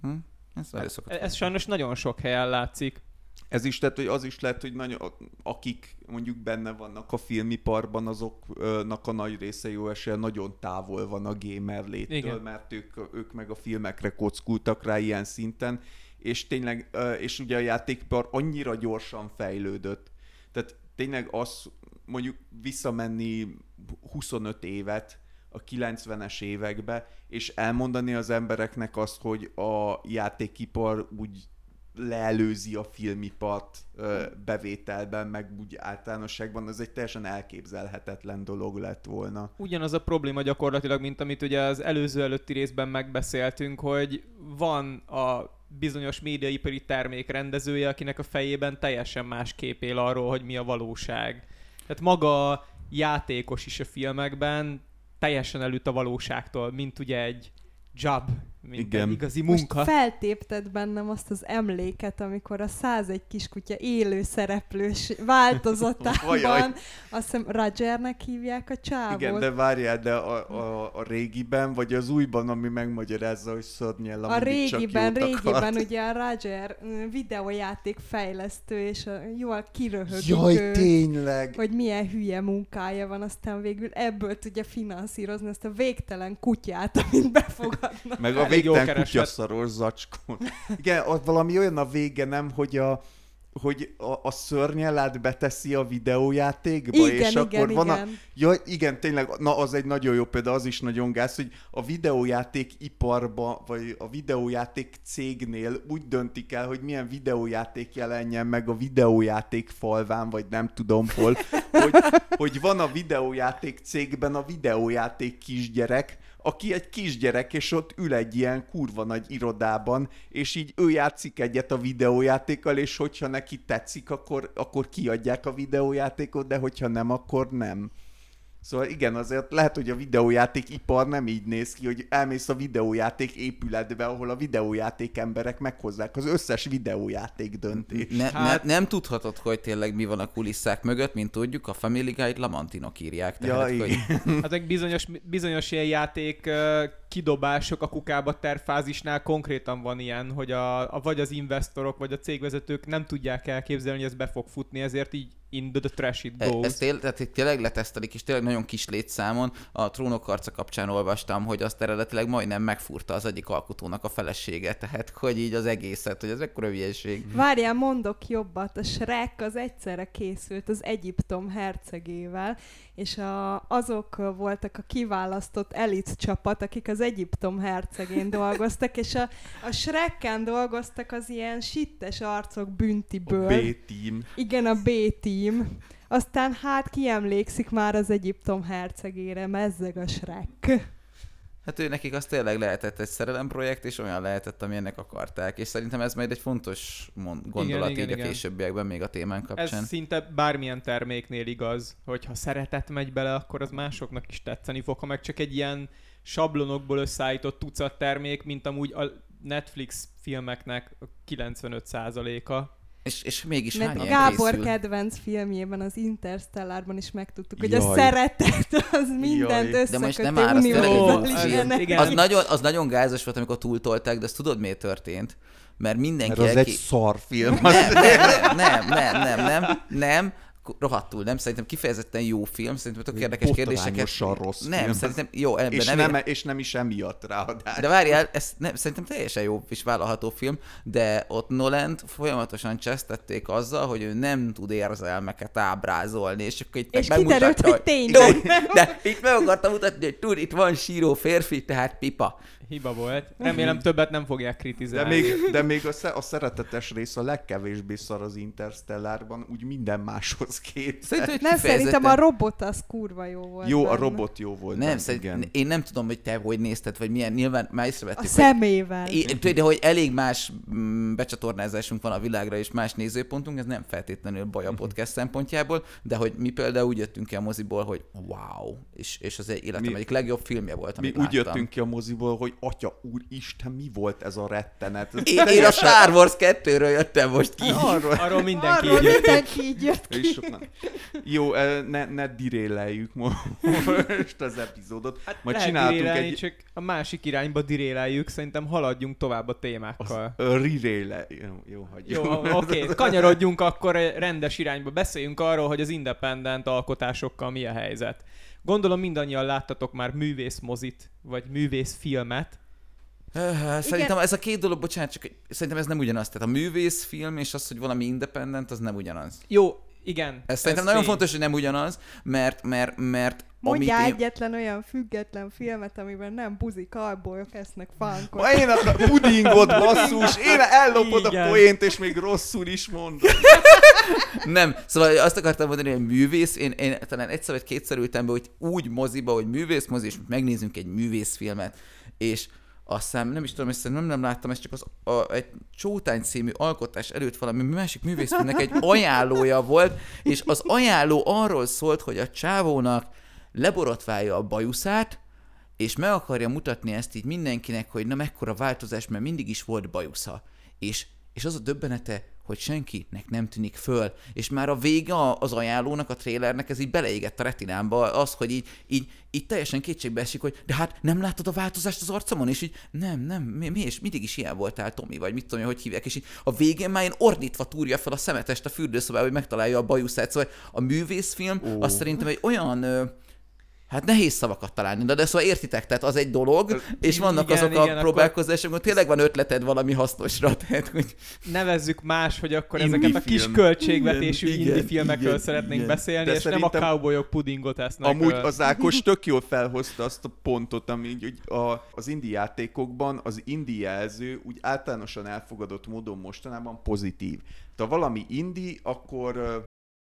S1: Ez sajnos nagyon sok helyen látszik.
S2: Ez is lehet, hogy az is lehet, hogy akik mondjuk benne vannak a filmiparban, azoknak a nagy része jó esélye nagyon távol van a gamer léttől, igen, mert ők meg a filmekre kockultak rá ilyen szinten, és tényleg, és ugye a játékipar annyira gyorsan fejlődött. Tehát tényleg az, mondjuk visszamenni 25 évet a 90-es évekbe, és elmondani az embereknek azt, hogy a játékipar úgy leelőzi a filmipart bevételben, meg úgy általánosságban, az egy teljesen elképzelhetetlen dolog lett volna.
S1: Ugyanaz a probléma gyakorlatilag, mint amit ugye az előző-előtti részben megbeszéltünk, hogy van a bizonyos médiaipari termék rendezője, akinek a fejében teljesen más kép él arról, hogy mi a valóság. Tehát maga a játékos is a filmekben teljesen elüt a valóságtól, mint ugye egy job, mint egy igazi munka.
S3: Most feltépted bennem azt az emléket, amikor a 101 kiskutya élő szereplős változatában, azt hiszem Rogernek hívják a csávót.
S2: Igen, de várjál, de a régiben, vagy az újban, ami megmagyarázza, hogy szörnyel,
S3: a régiben ugye a Roger videójáték fejlesztő, és jól kiröhögik
S2: Jaj, tényleg!
S3: Hogy milyen hülye munkája van, aztán végül ebből tudja finanszírozni ezt a végtelen kutyát, amit befogadnak.
S2: Meg a végtelen kutyaszaros zacskót. Igen, valami olyan a vége, nem, hogy a szörnyelát beteszi a videójátékba,
S3: igen,
S2: és
S3: igen,
S2: akkor van
S3: igen.
S2: Ja, igen, tényleg, na az egy nagyon jó példa, az is nagyon gáz, hogy a videójáték iparba, vagy a videójáték cégnél úgy döntik el, hogy milyen videójáték jelenjen meg a videójáték falván, vagy nem tudom hol, hogy van a videójáték cégben a videójáték kisgyerek, aki egy kisgyerek, és ott ül egy ilyen kurva nagy irodában, és így ő játszik egyet a videójátékkal, és hogyha neki tetszik, akkor kiadják a videójátékot, de hogyha nem, akkor nem. Szóval igen, azért lehet, hogy a videójátékipar nem így néz ki, hogy elmész a videójáték épületbe, ahol a videójáték emberek meghozzák az összes videójáték döntést.
S4: Nem tudhatod, hogy tényleg mi van a kulisszák mögött, mint tudjuk, a Family Guide Lamantinok írják. Tehát,
S2: Ja,
S4: hogy...
S1: Hát egy bizonyos ilyen játék kidobások a kukába tervfázisnál konkrétan van ilyen, hogy vagy az investorok, vagy a cégvezetők nem tudják elképzelni, hogy ez be fog futni, ezért így in the trash it goes.
S4: Tehát tényleg letesztelik, és tényleg nagyon kis létszámon. A Trónok harca kapcsán olvastam, hogy azt eredetileg majdnem megfúrta az egyik alkotónak a felesége, tehát hogy így az egészet, hogy ez ekkora hülyeség.
S3: Várjál, mondok jobbat. A Shrek az egyszerre készült az Egyiptom hercegével, és azok voltak a kiválasztott elit csapat, akik az Egyiptom hercegén dolgoztak, és a Shrekken dolgoztak az ilyen sittes arcok büntiből.
S2: A B-team.
S3: Igen, a B-team. Aztán hát ki emlékszik már az Egyiptom hercegére, mezzeg a Shrek.
S4: Hát ő nekik az tényleg lehetett egy szerelemprojekt, és olyan lehetett, amilyennek akarták. És szerintem ez majd egy fontos gondolat így a későbbiekben még a témán kapcsán.
S1: Ez szinte bármilyen terméknél igaz, hogy ha szeretet megy bele, akkor az másoknak is tetszeni fog. Ha meg csak egy ilyen sablonokból összeállított tucat termék, mint amúgy a Netflix filmeknek 95%-a.
S4: És mégis
S3: Mert
S4: hány ilyen
S3: Gábor
S4: készül?
S3: kedvenc filmjében, az Interstellárban is megtudtuk, hogy
S2: Jaj.
S3: a szeretet az mindent
S2: Jaj.
S4: De most
S3: összeköti
S4: nem áll, az tényleg egy jó
S3: univerzálisan.
S1: Igen.
S4: Az nagyon gázos volt, amikor túltolták, de azt tudod, miért történt? Mert mindenki...
S2: Mert az egy szarfilm.
S4: Nem, rohadtul nem. Szerintem kifejezetten jó film, szerintem tök érdekes kérdéseket...
S2: Botrányosan rossz
S4: Nem,
S2: film.
S4: szerintem jó,
S2: És nem is emiatt ráadásul.
S4: de várjál, szerintem teljesen jó és vállalható film, de ott Nolent folyamatosan csesztették azzal, hogy ő nem tud érzelmeket ábrázolni, és akkor itt
S3: És
S4: megmutatta,
S3: kiderült, hogy tényleg.
S4: De itt meg akartam mutatni, hogy tud, itt van síró férfi, tehát pipa.
S1: Hiba volt. Remélem többet nem fogják kritizálni.
S2: De még a szeretetes rész a legkevésbé szar az Interstellárban, úgy minden máshoz képest.
S3: Nem, szerintem a robot az kurva jó volt.
S2: Jó, a
S3: benne.
S2: robot jó volt.
S4: Nem,
S2: igen.
S4: én nem tudom, hogy te hogy nézted, vagy milyen, nyilván már észrevettük.
S3: A szemével.
S4: Tudod, hogy elég más becsatornázásunk van a világra, és más nézőpontunk, ez nem feltétlenül baj a podcast szempontjából, de hogy mi például úgy jöttünk ki a moziból, hogy wow, és az életem egyik legjobb filmje volt, amit
S2: Mi úgy
S4: láttam.
S2: jöttünk ki a moziból, hogy atya úristen, mi volt ez a rettenet?
S4: Én a Star Wars 2-ről jöttem most ki.
S1: Arról mindenki
S3: Arról
S1: így jött.
S3: mindenki így jött ki.
S2: És jó, ne diréleljük most az epizódot. Majd
S1: Lehet
S2: csináltunk
S1: dirélelni,
S2: egy...
S1: csak a másik irányba diréleljük, szerintem haladjunk tovább a témákkal.
S2: Rirele. Jó, hagyjuk.
S1: Jó, oké, kanyarodjunk akkor egy rendes irányba. Beszéljünk arról, hogy az independent alkotásokkal mi a helyzet. Gondolom mindannyian láttatok már művészmozit, vagy művészfilmet.
S4: Szerintem ez a két dolog, bocsánat, csak szerintem ez nem ugyanaz. Tehát a művészfilm és az, hogy valami independent, az nem ugyanaz.
S1: Jó, igen.
S4: Ez szerintem nagyon fontos, hogy nem ugyanaz, mert
S3: Mondjál
S4: amit
S3: egyetlen olyan független filmet, amiben nem buzi cowboyok esznek fánkot.
S2: Ma én a pudingot, basszus, én ellopod
S1: Igen.
S2: a poént, és még rosszul is mondom.
S4: Nem, szóval azt akartam mondani, hogy művész, én talán egyszer vagy kétszer ültem be, hogy úgy moziba, hogy művészmozi, és megnézzünk egy művészfilmet, és azt hiszem, nem is tudom, ezt nem láttam, ez csak egy Csótány című alkotás előtt valami másik művészfilmnek egy ajánlója volt, és az ajánló arról szólt, hogy a csávónak leborotválja a bajuszát, és meg akarja mutatni ezt így mindenkinek, hogy na mekkora változás, mert mindig is volt bajusza. És az a döbbenete, hogy senkinek nem tűnik föl. És már a vége az ajánlónak, a trélernek, ez így beleégett a retinámba, az, hogy így teljesen kétségbe esik, hogy de hát nem láttad a változást az arcomon? És így mi és mindig is ilyen voltál, Tomi, vagy mit tudom, hogy hívják. És így a végén már én ordítva túrja fel a szemetest a fürdőszobába, hogy megtalálja a bajuszát. Szóval a művészfilm, az szerintem egy olyan... Hát nehéz szavakat találni, de szóval értitek, tehát az egy dolog, és vannak
S1: igen,
S4: azok a
S1: igen,
S4: próbálkozások, hogy tényleg van ötleted valami hasznosra, tehát hogy...
S1: Nevezzük más, hogy akkor
S2: Indie
S1: ezeket a kis
S2: film.
S1: költségvetésű
S2: Igen,
S1: indie
S2: igen,
S1: filmekről
S2: igen,
S1: szeretnénk
S2: igen.
S1: beszélni,
S2: De
S1: és nem a
S2: szerintem
S1: cowboyok pudingot esznek.
S2: Amúgy az Ákos tök jól felhozta azt a pontot, ami hogy az indie játékokban az indie jelző úgy általánosan elfogadott módon mostanában pozitív. Ha valami indie, akkor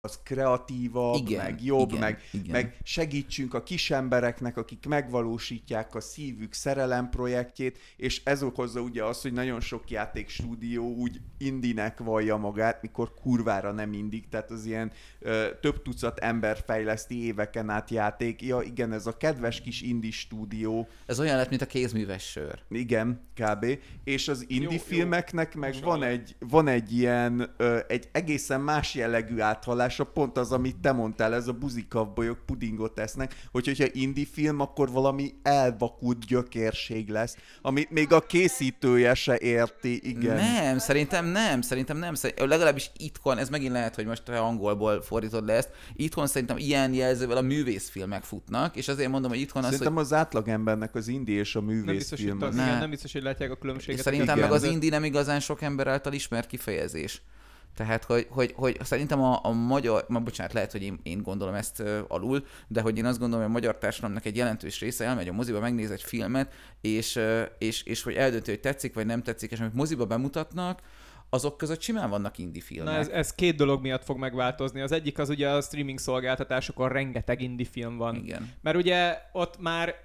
S2: az kreatívabb,
S4: Igen,
S2: meg jobb,
S4: igen.
S2: meg segítsünk a kis embereknek, akik megvalósítják a szívük szerelem projektjét, és ez okozza ugye azt, hogy nagyon sok játékstúdió úgy indinek vallja magát, mikor kurvára nem indik, tehát az ilyen több tucat ember fejleszti éveken át játék. Ja igen, ez a kedves kis indie stúdió.
S4: Ez olyan lett, mint a kézműves sör.
S2: Igen, kb. És az indie
S1: Jó,
S2: filmeknek meg van egy ilyen, egy egészen más jellegű áthallása, pont az, amit te mondtál, ez a buzikavbolyok pudingot esznek, hogyha indie film, akkor valami elvakult gyökérség lesz, amit még a készítője se érti, igen.
S4: Nem, szerintem nem. Legalábbis itthon, ez megint lehet, hogy most angolból fordítod le ezt, itthon szerintem ilyen jelzővel a művészfilmek futnak, és azért mondom, hogy itthon
S2: szerintem az átlagembernek az indie és a
S1: Nem biztos,
S2: művészfilm.
S1: hogy nem biztos, hogy látják a különbséget.
S4: Szerintem
S2: igen.
S4: meg az indie nem igazán sok ember által ismert kifejezés. Tehát, hogy szerintem a magyar, bocsánat, lehet, hogy én gondolom ezt alul, de hogy én azt gondolom, hogy a magyar társadalomnak egy jelentős része elmegy a moziba, megnéz egy filmet, és hogy eldönti, hogy tetszik, vagy nem tetszik, és amit moziba bemutatnak, azok között simán vannak indie filmek.
S1: Na ez két dolog miatt fog megváltozni. Az egyik az ugye a streaming szolgáltatásokon rengeteg indie film van.
S4: Igen.
S1: Mert ugye ott már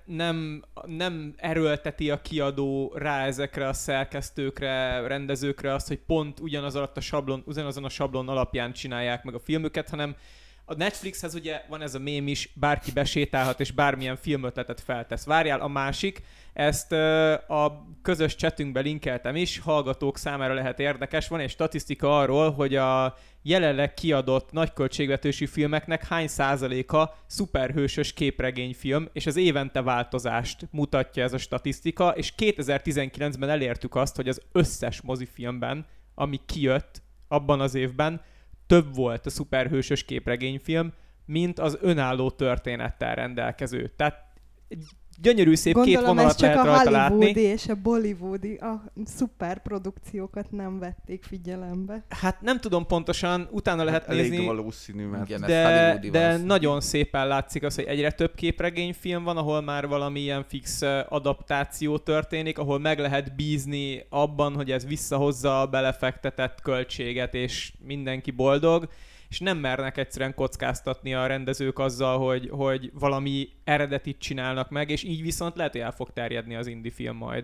S1: nem erőlteti a kiadó rá ezekre a szerkesztőkre, rendezőkre azt, hogy pont ugyanazon a sablon alapján csinálják meg a filmüket, hanem a Netflixhez ugye van ez a mém is, bárki besétálhat és bármilyen filmötletet feltesz. Várjál, a másik, ezt a közös chatünkbe linkeltem is, hallgatók számára lehet érdekes. Van egy statisztika arról, hogy a jelenleg kiadott nagyköltségvetősű filmeknek hány százaléka szuperhősös képregényfilm, és az évente változást mutatja ez a statisztika, és 2019-ben elértük azt, hogy az összes mozifilmben, ami kijött abban az évben, több volt a szuperhősös képregényfilm, mint az önálló történettel rendelkező. Tehát gyönyörű szép
S3: Gondolom,
S1: két vonalat lehet rajta
S3: Gondolom, ez csak a
S1: látni.
S3: hollywoodi és a bollywoodi, a szuperprodukciókat nem vették figyelembe.
S1: Hát nem tudom pontosan, utána lehet
S2: elég
S1: nézni,
S2: valószínű, mert
S4: Igen, ez
S1: de
S4: hollywoodi van.
S1: nagyon szépen látszik az, hogy egyre több képregényfilm van, ahol már valamilyen fix adaptáció történik, ahol meg lehet bízni abban, hogy ez visszahozza a belefektetett költséget, és mindenki boldog, és nem mernek egyszerűen kockáztatni a rendezők azzal, hogy valami eredetit csinálnak meg, és így viszont lehet, hogy el fog terjedni az indie film majd.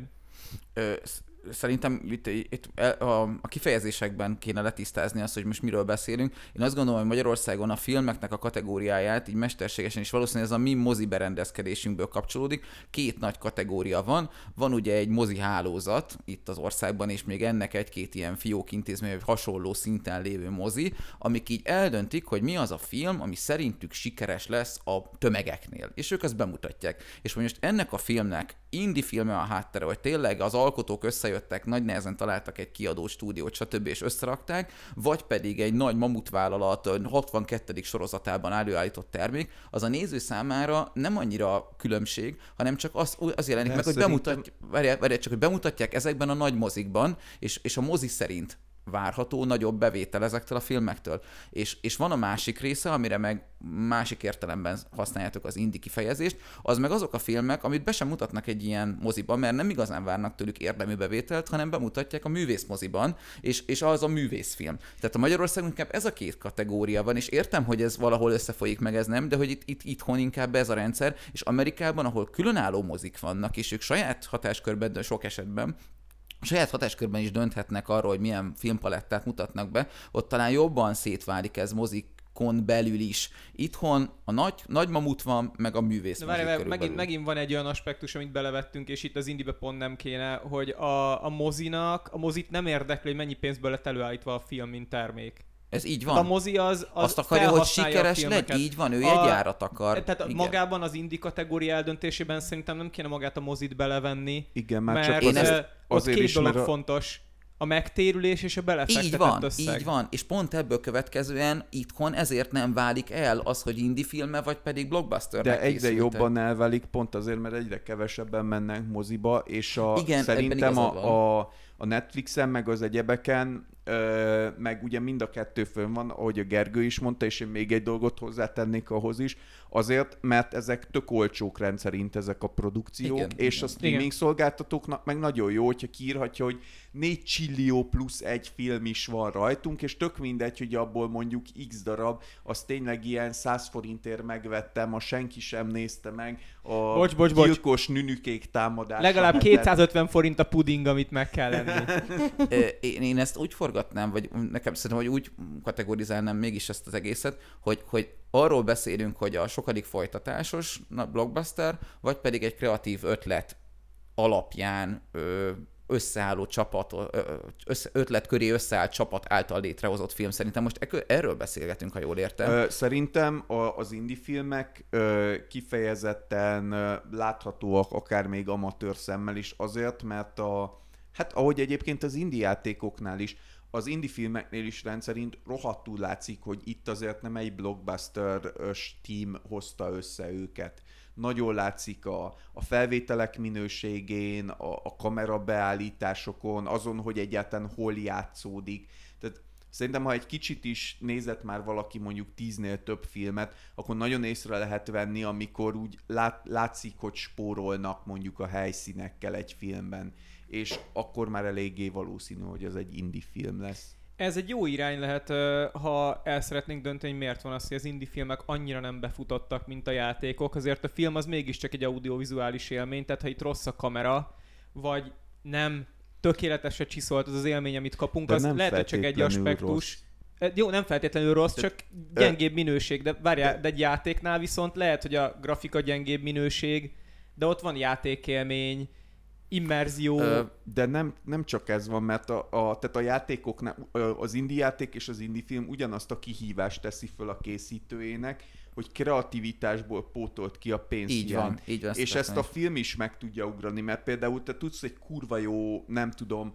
S4: Szerintem itt a kifejezésekben kéne letisztázni azt, hogy most miről beszélünk. Én azt gondolom, hogy Magyarországon a filmeknek a kategóriáját így mesterségesen, és valószínűleg ez a mi mozi berendezkedésünkből kapcsolódik. Két nagy kategória van. Van ugye egy mozi hálózat itt az országban, és még ennek egy-két ilyen fiókintézmény, vagy hasonló szinten lévő mozi, amik így eldöntik, hogy mi az a film, ami szerintük sikeres lesz a tömegeknél. És ők azt bemutatják. És hogy most ennek a filmnek indie filme a háttere, hogy tényleg az alkotók összejöttek, nagy nehezen találtak egy kiadó stúdiót, stb. És összerakták, vagy pedig egy nagy mamutvállalat 62. sorozatában előállított termék, az a néző számára nem annyira különbség, hanem csak az jelenik meg, hogy bemutatják ezekben a nagy mozikban, és a mozi szerint várható nagyobb bevétel ezektől a filmektől. És van a másik része, amire meg másik értelemben használjátok az indie kifejezést, az meg azok a filmek, amit be sem mutatnak egy ilyen moziban, mert nem igazán várnak tőlük érdemi bevételt, hanem bemutatják a művészmoziban, és az a művészfilm. Tehát a Magyarországon inkább ez a két kategória van, és értem, hogy ez valahol összefolyik, meg ez nem, de hogy itthon inkább ez a rendszer, és Amerikában, ahol különálló mozik vannak, és ők saját hatáskörben, de sok esetben saját hatáskörben is dönthetnek arról, hogy milyen filmpalettát mutatnak be, ott talán jobban szétválik ez mozikon belül is. Itthon a nagy mamut van, meg a művész mozik körülbelül.
S1: Megint van egy olyan aspektus, amit belevettünk, és itt az indibe pont nem kéne, hogy a mozit nem érdekli, hogy mennyi pénzből lett előállítva a film, mint termék.
S4: Ez így van.
S1: A mozi az
S4: azt akarja, hogy sikeres legyen, így van, ő egy árat akar.
S1: Tehát igen. Magában az indie kategória eldöntésében szerintem nem kéne magát a mozit belevenni.
S2: Igen, már
S1: mert
S2: csak
S1: ott két dolog fontos. A megtérülés és a belefektetett összeg.
S4: Így van, és pont ebből következően itthon ezért nem válik el az, hogy indie filme, vagy pedig blockbusternek
S2: de egyre jobban elválik, pont azért, mert egyre kevesebben mennek moziba, és
S4: igen,
S2: szerintem a Netflixen, meg az egyebeken, meg ugye mind a kettő fönn van, ahogy a Gergő is mondta, és én még egy dolgot hozzátennék ahhoz is, azért, mert ezek tök olcsók rendszerint ezek a produkciók,
S4: Igen,
S2: és
S4: igen.
S2: a streaming szolgáltatóknak meg nagyon jó, hogyha kiírhatja, hogy 4 csillió plusz egy film is van rajtunk, és tök mindegy, hogy abból mondjuk x darab, az tényleg ilyen 100 forintért megvettem, a senki sem nézte meg, a gyilkos nünükék támadása.
S1: Legalább 250 forint a puding, amit meg kell lenni.
S4: Én ezt úgy forgatnám, vagy nekem szerintem, hogy úgy kategorizálnám mégis ezt az egészet, hogy arról beszélünk, hogy a sokadik folytatásos blockbuster, vagy pedig egy kreatív ötlet alapján összeálló csapat, ötlet köré összeállt csapat által létrehozott film. Szerintem most erről beszélgetünk, ha jól értem.
S2: Szerintem az indie filmek kifejezetten láthatóak, akár még amatőr szemmel is azért, mert hát ahogy egyébként az indie játékoknál is, az indie filmeknél is rendszerint rohadtul látszik, hogy itt azért nem egy blockbuster-ös team hozta össze őket. Nagyon látszik a felvételek minőségén, a kamerabeállításokon, azon, hogy egyáltalán hol játszódik. Tehát szerintem, ha egy kicsit is nézett már valaki mondjuk 10-nél több filmet, akkor nagyon észre lehet venni, amikor úgy látszik, hogy spórolnak mondjuk a helyszínekkel egy filmben. És akkor már eléggé valószínű, hogy ez egy indie film lesz.
S1: Ez egy jó irány lehet, ha el szeretnénk dönteni, hogy miért van az, hogy az indie filmek annyira nem befutottak, mint a játékok. Azért a film az mégiscsak egy audiovizuális élmény, tehát ha itt rossz a kamera, vagy nem tökéletesre csiszolt az az élmény, amit kapunk, az lehet, hogy csak egy aspektus. Rossz. Jó, nem feltétlenül rossz, csak gyengébb minőség, de várjál, de egy játéknál viszont lehet, hogy a grafika gyengébb minőség, de ott van játékélmény, immerzió.
S2: De nem csak ez van, mert tehát a játékoknál, az indie játék és az indie film ugyanazt a kihívást teszi föl a készítőjének, hogy kreativitásból pótolt ki a pénzt.
S4: Így van.
S2: És ezt a film is meg tudja ugrani, mert például te tudsz egy kurva jó, nem tudom,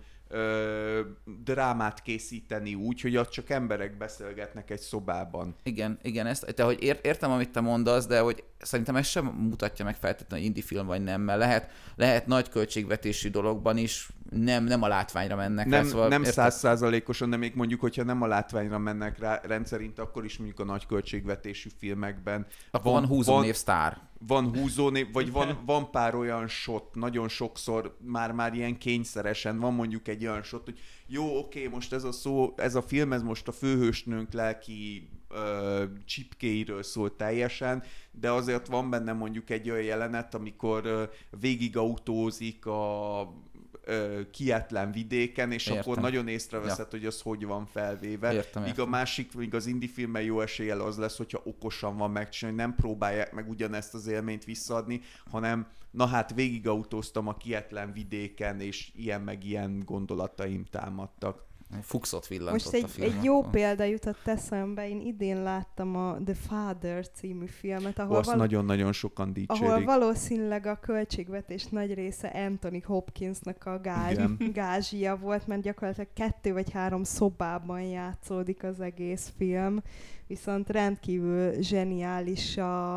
S2: drámát készíteni úgy, hogy ott csak emberek beszélgetnek egy szobában.
S4: Igen, ezt, hogy értem, amit te mondasz, de hogy szerintem ez sem mutatja meg feltétlenül, hogy indie film vagy nem, mert lehet nagy költségvetésű dologban is nem a látványra mennek
S2: nem,
S4: rá. Szóval
S2: nem 100%-osan, de még mondjuk, hogyha nem a látványra mennek rá rendszerint, akkor is mondjuk a nagy költségvetésű filmekben.
S4: Akkor van húzónév sztár.
S2: Van húzónév, vagy van pár olyan shot, nagyon sokszor már ilyen kényszeresen van mondjuk egy olyan shot, hogy jó, oké, most ez a film, ez most a főhősnőnk lelki csipkéiről szól teljesen, de azért van benne mondjuk egy olyan jelenet, amikor végigautózik a kietlen vidéken, és
S4: Értem.
S2: akkor nagyon észreveszed, hogy az hogy van felvéve.
S4: Értem.
S2: Míg az indie filmben jó eséllyel az lesz, hogyha okosan van megcsinálni, nem próbálják meg ugyanezt az élményt visszaadni, hanem na hát végigautóztam a kietlen vidéken, és ilyen meg ilyen gondolataim támadtak.
S4: Fuxot villantott
S3: most
S4: a film.
S3: egy jó példa jutott eszembe, én idén láttam a The Father című filmet, ahol
S2: nagyon-nagyon sokan dicsérik.
S3: Ahol valószínűleg a költségvetés nagy része Anthony Hopkinsnak a gázsia volt, mert gyakorlatilag 2 vagy 3 szobában játszódik az egész film, viszont rendkívül zseniális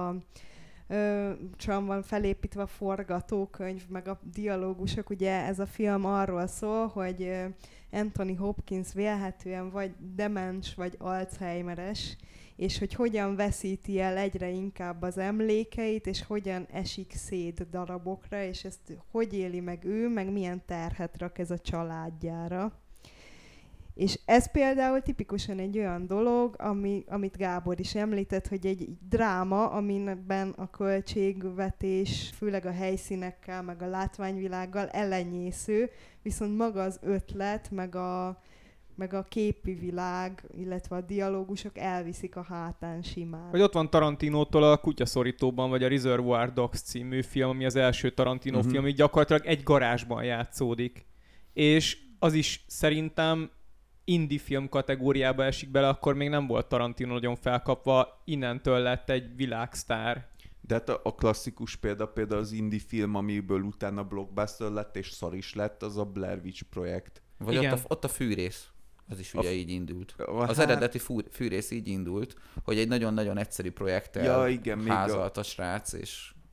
S3: van felépítve a forgatókönyv, meg a dialógusok. Ugye ez a film arról szól, hogy Anthony Hopkins vélhetően vagy demens, vagy Alzheimeres, és hogy hogyan veszíti el egyre inkább az emlékeit, és hogyan esik szét darabokra, és ezt hogy éli meg ő, meg milyen terhet rak ez a családjára. És ez például tipikusan egy olyan dolog, amit Gábor is említett, hogy egy dráma, aminek a költségvetés, főleg a helyszínekkel, meg a látványvilággal elenyésző, viszont maga az ötlet, meg a képi világ, illetve a dialógusok elviszik a hátán simán.
S1: Vagy ott van Tarantinótól a Kutyaszorítóban, vagy a Reservoir Dogs című film, ami az első Tarantino film, ami gyakorlatilag egy garázsban játszódik. És az is szerintem indie film kategóriába esik bele, akkor még nem volt Tarantino nagyon felkapva, innentől lett egy világsztár.
S2: De hát a klasszikus példa az indie film, amiből utána blockbuster lett és szar is lett, az a Blair Witch projekt.
S4: Vagy ott a fűrész. Az is ugye így indult. Az eredeti fűrész így indult, hogy egy nagyon-nagyon egyszerű projekttel házalt a srác, és úgy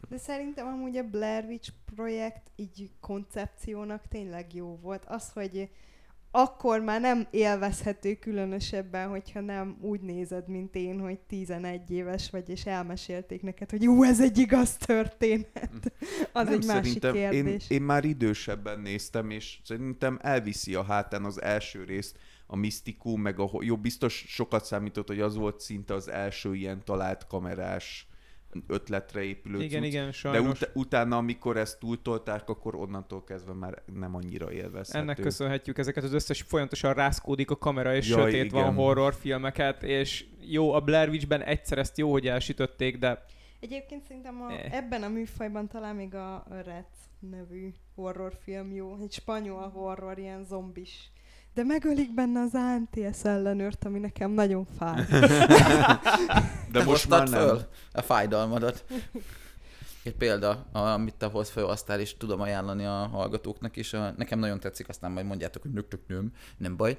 S3: De szerintem amúgy a Blair Witch projekt így koncepciónak tényleg jó volt. Az, hogy akkor már nem élvezhető különösebben, hogyha nem úgy nézed, mint én, hogy 11 éves vagy, és elmesélték neked, hogy ez egy igaz történet. Az
S2: Nem,
S3: egy másik
S2: szerintem
S3: kérdés.
S2: én már idősebben néztem, és szerintem elviszi a hátán az első részt, a misztikum, meg jó, biztos sokat számított, hogy az volt szinte az első ilyen talált kamerás ötletre épülő
S1: Igen,
S2: cucc.
S1: igen,
S2: De
S1: sajnos.
S2: utána, amikor ezt túltolták, akkor onnantól kezdve már nem annyira élvezhető.
S1: Ennek köszönhetjük ezeket az összes folyamatosan rászkódik a kamera, és
S2: Jaj,
S1: sötét van
S2: igen.
S1: horrorfilmeket, és jó, a Blair Witch-ben egyszer ezt jó, hogy elsütötték, de
S3: Egyébként szerintem ebben a műfajban talán még a Red nevű horrorfilm jó. Egy spanyol horror, ilyen zombis. De megölik benne az ANTS ellenőrt, ami nekem nagyon fáj.
S2: De most már nem.
S4: föl a fájdalmadat. Egy példa, amit te hoz felhoztál, és tudom ajánlani a hallgatóknak, és nekem nagyon tetszik, aztán majd mondjátok, hogy nöktök nem baj.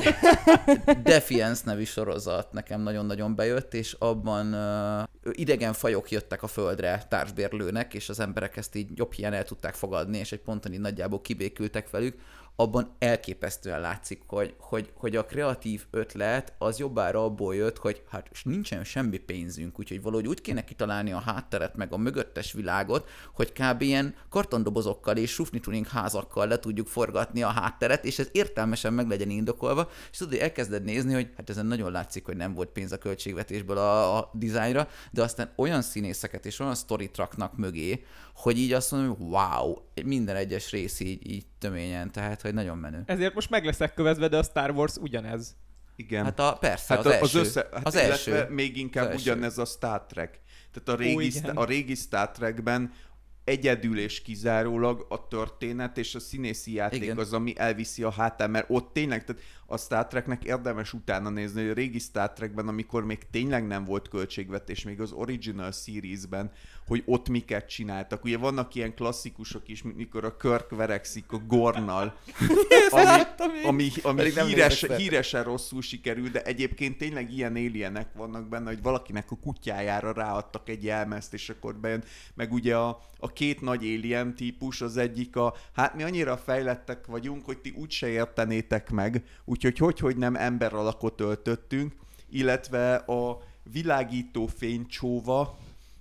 S4: Defiance nevű sorozat nekem nagyon-nagyon bejött, és abban idegen fajok jöttek a földre társbérlőnek, és az emberek ezt így jobb hiány el tudták fogadni, és egy ponton így nagyjából kibékültek velük. Abban elképesztően látszik, hogy a kreatív ötlet az jobbára abból jött, hogy hát nincsen semmi pénzünk, úgyhogy valahogy úgy kéne kitalálni a hátteret meg a mögöttes világot, hogy kb. Ilyen kartondobozokkal és sufnituning házakkal le tudjuk forgatni a hátteret, és ez értelmesen meg legyen indokolva, és tudod, hogy elkezded nézni, hogy hát ezen nagyon látszik, hogy nem volt pénz a költségvetésből a dizájnra, de aztán olyan színészeket és olyan sztorit raknak mögé, hogy így azt mondom, hogy wow, minden egyes rész így töményen, tehát, hogy nagyon menő.
S1: ezért most meg leszek kövezve, de a Star Wars ugyanez.
S2: Igen.
S4: Hát persze,
S2: Hát
S4: az első.
S2: hát
S4: Az
S2: illetve
S4: első.
S2: még inkább
S4: Az első.
S2: ugyanez a Star Trek. Tehát
S1: Igen.
S2: a régi Star Trekben egyedül és kizárólag a történet és a színészi játék
S4: Igen.
S2: az, ami elviszi a hátán, mert ott tényleg, tehát a Star Treknek érdemes utána nézni, hogy a régi Star Trekben, amikor még tényleg nem volt költségvetés, még az Original Series-ben, hogy ott miket csináltak. Ugye vannak ilyen klasszikusok is, mikor a Kirk verekszik a Gornnal, ami
S4: Pedig nem
S2: híresen rosszul sikerül, de egyébként tényleg ilyen alienek vannak benne, hogy valakinek a kutyájára ráadtak egy jelmezt, és akkor bejön. Meg ugye a két nagy alien típus, az egyik hát mi annyira fejlettek vagyunk, hogy ti úgyse értenétek meg, úgyhogy hogy nem ember alakot öltöttünk, illetve a világító fénycsóva,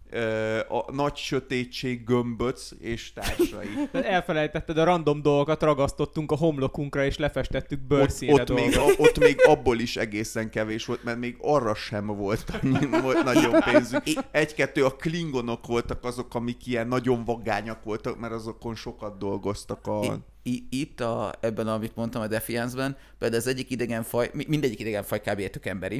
S2: a nagy sötétség gömböc és társai.
S1: Elfelejtetted, a random dolgokat ragasztottunk a homlokunkra, és lefestettük bőrszínre dolgokat.
S2: Ott még abból is egészen kevés volt, mert még arra sem volt nagyon pénzünk. Egy-kettő a klingonok voltak azok, amik ilyen nagyon vagányak voltak, mert azokon sokat dolgoztak
S4: Itt ebben, amit mondtam a Defiance-ben, például az egyik idegenfaj, mindegyik idegenfaj kb. Tök emberi.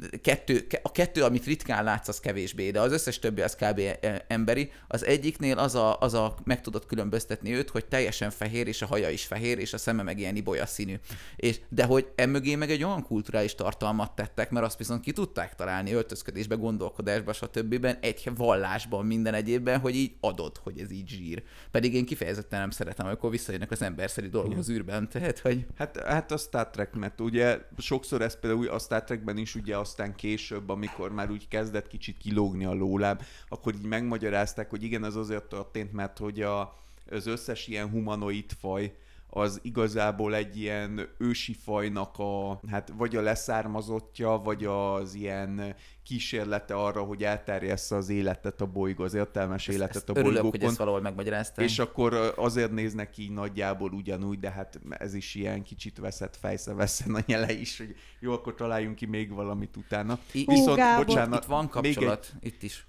S4: A kettő, amit ritkán látsz, az kevésbé, de az összes többi az kb. Emberi. Az egyiknél az a meg tudod különböztetni őt, hogy teljesen fehér, és a haja is fehér, és a szeme meg ilyen ibolyaszínű. De hogy emögé meg egy olyan kulturális tartalmat tettek, mert azt viszont ki tudták találni öltözködésbe, gondolkodásba, stb. Egy vallásban, minden egyébben, hogy így adod, hogy ez így zsír. Pedig én kifejezetten nem szeretem, amikor visszajönnek az emberszerű dolgok az űrben, tehát, hogy...
S2: Hát a Star Trek, mert ugye sokszor ez például a Star Trekben is ugye aztán később, amikor már úgy kezdett kicsit kilógni a lóláb, akkor így megmagyarázták, hogy igen, ez azért történt, mert hogy az összes ilyen humanoid faj az igazából egy ilyen ősi fajnak hát vagy a leszármazottja, vagy az ilyen kísérlete arra, hogy elterjessze az életet a bolygó, az értelmes életet a bolygókon.
S4: Örülök, hogy ezt valahol megmagyaráztam.
S2: És akkor azért néznek így nagyjából ugyanúgy, de hát ez is ilyen kicsit veszett fejsze-vesszen a nyele is, hogy jó, akkor találjunk ki még valamit utána.
S3: Viszont,
S4: bocsánat, itt van kapcsolat, itt is.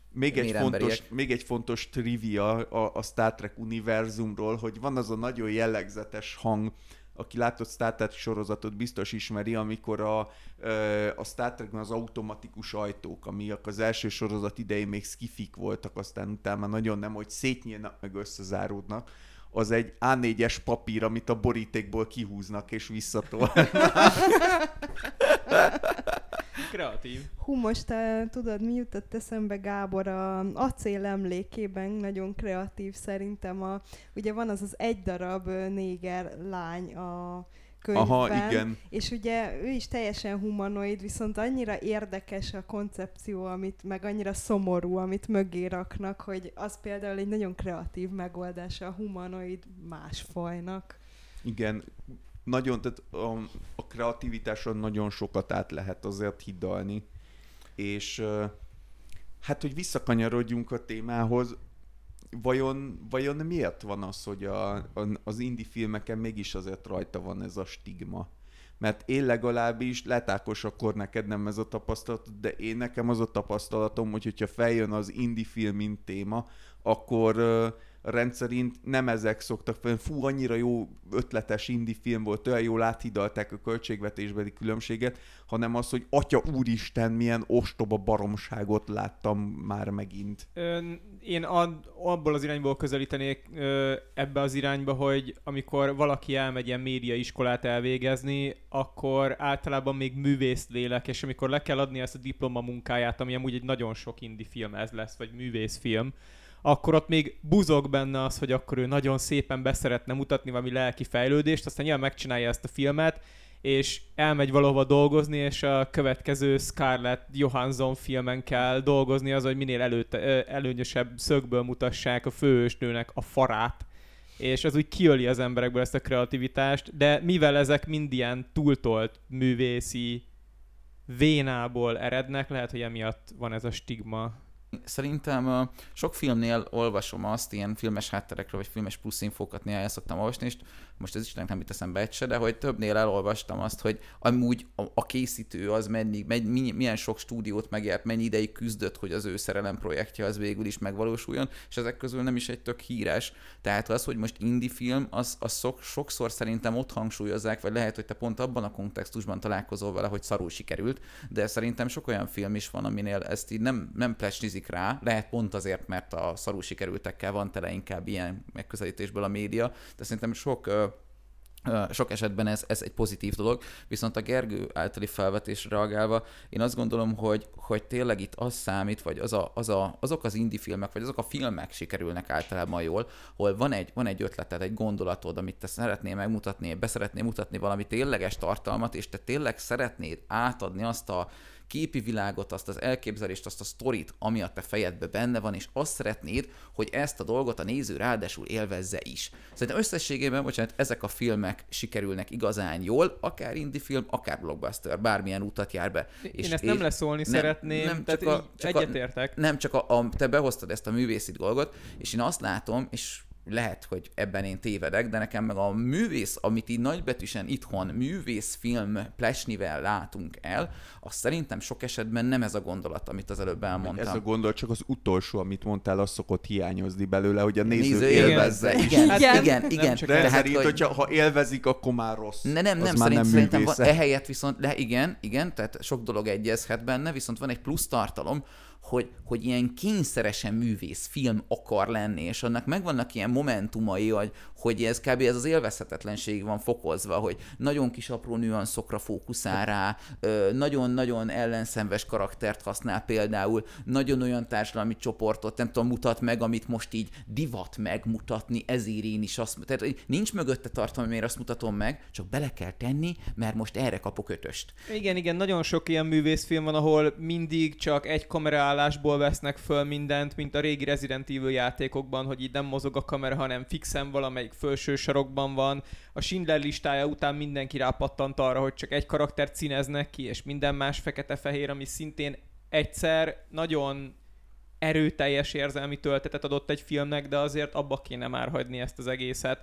S2: Még egy fontos trivia a Star Trek univerzumról, hogy van az a nagyon jellegzetes hang, aki látott Star Trek sorozatot, biztos ismeri, amikor a Star Trekben az automatikus ajtók, amik az első sorozat idején még skifik voltak, aztán utána nagyon nem, hogy szétnyílnak, meg összezáródnak, az egy A4-es papír, amit a borítékból kihúznak és visszatolnak.
S1: Kreatív.
S3: Most tudod, mi jutott eszembe, Gábor, a Acél emlékében nagyon kreatív szerintem. Ugye van az egy darab néger lány a könyvben,
S2: Aha, igen.
S3: és ugye ő is teljesen humanoid, viszont annyira érdekes a koncepció, meg annyira szomorú, amit mögé raknak, hogy az például egy nagyon kreatív megoldása a humanoid másfajnak.
S2: Igen, nagyon, tehát a kreativitáson nagyon sokat át lehet azért hidalni, és hát, hogy visszakanyarodjunk a témához, vajon miért van az, hogy az indie filmeken mégis azért rajta van ez a stigma? Mert én legalábbis, lehet Ákos, akkor neked nem ez a tapasztalat, de nekem az a tapasztalatom, hogyha feljön az indie film mint téma, akkor rendszerint nem ezek szoktak fel, fú, annyira jó ötletes indie film volt, olyan jól áthidalták a költségvetésbeli különbséget, hanem az, hogy atya úristen, milyen ostoba baromságot láttam már megint.
S1: Én abból az irányból közelítenék ebbe az irányba, hogy amikor valaki elmegy ilyen médiaiskolát elvégezni, akkor általában még művészlélek, és amikor le kell adni ezt a diplomamunkáját, ami amúgy egy nagyon sok indie film ez lesz, vagy művészfilm, akkor ott még buzog benne az, hogy akkor ő nagyon szépen beszeretne mutatni valami lelki fejlődést, aztán nyilván megcsinálja ezt a filmet, és elmegy valahova dolgozni, és a következő Scarlett Johansson filmen kell dolgozni az, hogy minél előnyösebb szögből mutassák a főhősnőnek a farát, és az úgy kiöli az emberekből ezt a kreativitást, de mivel ezek mind ilyen túltolt művészi vénából erednek, lehet, hogy emiatt van ez a stigma.
S4: Szerintem sok filmnél olvasom azt, ilyen filmes hátterekről, vagy filmes plusz infókat néha el szoktam olvasni, és most ez is nem jut eszembe egy se, de hogy többnél elolvastam azt, hogy amúgy a készítő az milyen sok stúdiót megjárt, mennyi ideig küzdött, hogy az ő szerelem projektje az végül is megvalósuljon, és ezek közül nem is egy tök híres. Tehát az, hogy most indie film, az sokszor szerintem ott hangsúlyozzák, vagy lehet, hogy te pont abban a kontextusban találkozol vele, hogy szarul sikerült, de szerintem sok olyan film is van, aminél ezt így nem plecsnizik rá, lehet pont azért, mert a szarul sikerültekkel van tele inkább ilyen megközelítésből a média, de szerintem sok esetben ez egy pozitív dolog, viszont a Gergő általi felvetésre reagálva, én azt gondolom, hogy tényleg itt az számít, vagy azok az indie filmek, vagy azok a filmek sikerülnek általában jól, hol van egy ötleted, egy gondolatod, amit te szeretnél megmutatni, szeretnél mutatni valami tényleges tartalmat, és te tényleg szeretnéd átadni azt a képi világot, azt az elképzelést, azt a sztorit, ami a te fejedben benne van, és azt szeretnéd, hogy ezt a dolgot a néző ráadásul élvezze is. Szerintem összességében, ezek a filmek sikerülnek igazán jól, akár indie film, akár blockbuster, bármilyen utat jár be.
S1: Én ezt nem leszólni szeretném, tehát egyetértek.
S4: Nem, csak te behoztad ezt a művészi dolgot, és én azt látom, és lehet, hogy ebben én tévedek, de nekem meg a művész, amit így nagybetűsen itthon művészfilm plesnivel látunk el, az szerintem sok esetben nem ez a gondolat, amit az előbb elmondtam.
S2: Ez a gondolat csak az utolsó, amit mondtál, az szokott hiányozni belőle, hogy a néző élvezze.
S4: Igen.
S2: De szerint, hogyha élvezik, akkor már rossz.
S4: Nem, szerintem ehelyett viszont, igen, tehát sok dolog egyezhet benne, viszont van egy plusz tartalom, hogy ilyen kényszeresen művészfilm akar lenni, és annak megvannak ilyen momentumai, hogy ez kb. Ez az élvezhetetlenség van fokozva, hogy nagyon kis apró nüanszokra fókuszál rá, nagyon-nagyon ellenszenves karaktert használ például, nagyon olyan társadalmi csoportot, nem tudom, mutat meg, amit most így divat megmutatni, ezért én is azt... Tehát nincs mögötte tartalom, miért azt mutatom meg, csak bele kell tenni, mert most erre kapok ötöst.
S1: Igen, nagyon sok ilyen művészfilm van, ahol mindig csak egy kameraállásból vesznek föl mindent, mint a régi Resident Evil játékokban, hogy így nem mozog a kamera, hanem fixen valamelyik felső sarokban van. A Schindler listája után mindenki rápattant arra, hogy csak egy karaktert színeznek ki, és minden más fekete-fehér, ami szintén egyszer nagyon erőteljes érzelmi töltetet adott egy filmnek, de azért abba kéne már hagyni ezt az egészet.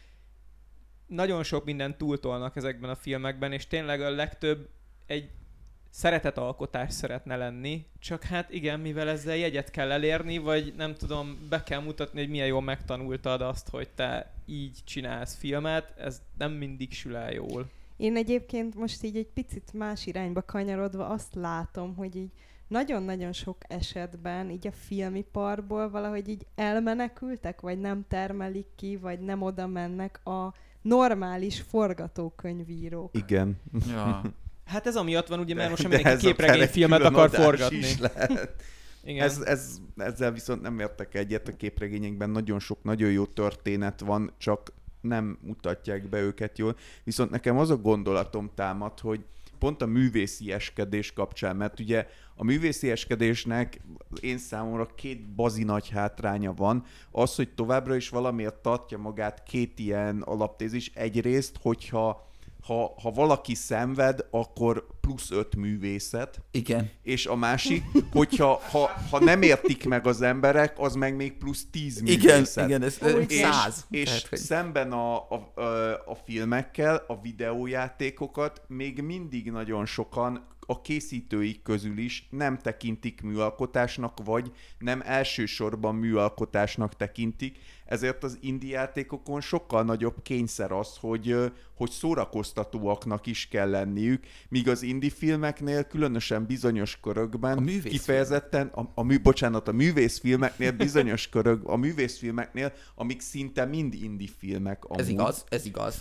S1: Nagyon sok mindent túltolnak ezekben a filmekben, és tényleg a legtöbb egy szeretetalkotás szeretne lenni, csak hát igen, mivel ezzel jegyet kell elérni, vagy nem tudom, be kell mutatni, hogy milyen jól megtanultad azt, hogy te így csinálsz filmet, ez nem mindig sül el jól.
S3: Én egyébként most így egy picit más irányba kanyarodva azt látom, hogy így nagyon-nagyon sok esetben így a filmiparból valahogy így elmenekültek, vagy nem termelik ki, vagy nem oda mennek a normális forgatókönyvírók.
S2: Igen.
S4: Ja.
S1: Hát ez amiatt van, ugye, mert most mindenki képregényfilmet akar forgatni.
S2: Igen. Ezzel viszont nem értek egyet, a képregényekben nagyon sok, nagyon jó történet van, csak nem mutatják be őket jól. Viszont nekem az a gondolatom támad, hogy pont a művészieskedés kapcsán, mert ugye a művészieskedésnek én számomra 2 bazi nagy hátránya van. Az, hogy továbbra is valamiért tartja magát 2 ilyen alaptézis. Egyrészt, hogyha ha valaki szenved, akkor plusz 5 művészet.
S4: Igen.
S2: És a másik, hogyha ha nem értik meg az emberek, az meg még plusz 10
S4: Igen,
S2: művészet.
S4: igen, ez
S2: És,
S4: 100.
S2: és
S4: Tehát, hogy...
S2: szemben a filmekkel, a videójátékokat még mindig nagyon sokan a készítőik közül is nem tekintik műalkotásnak, vagy nem elsősorban műalkotásnak tekintik, ezért az indie játékokon sokkal nagyobb kényszer az, hogy szórakoztatóaknak is kell lenniük, míg az indie filmeknél, különösen bizonyos körökben, kifejezetten, a művészfilmeknél bizonyos a művészfilmeknél, amik szinte mind indie filmek amúgy.
S4: Ez igaz.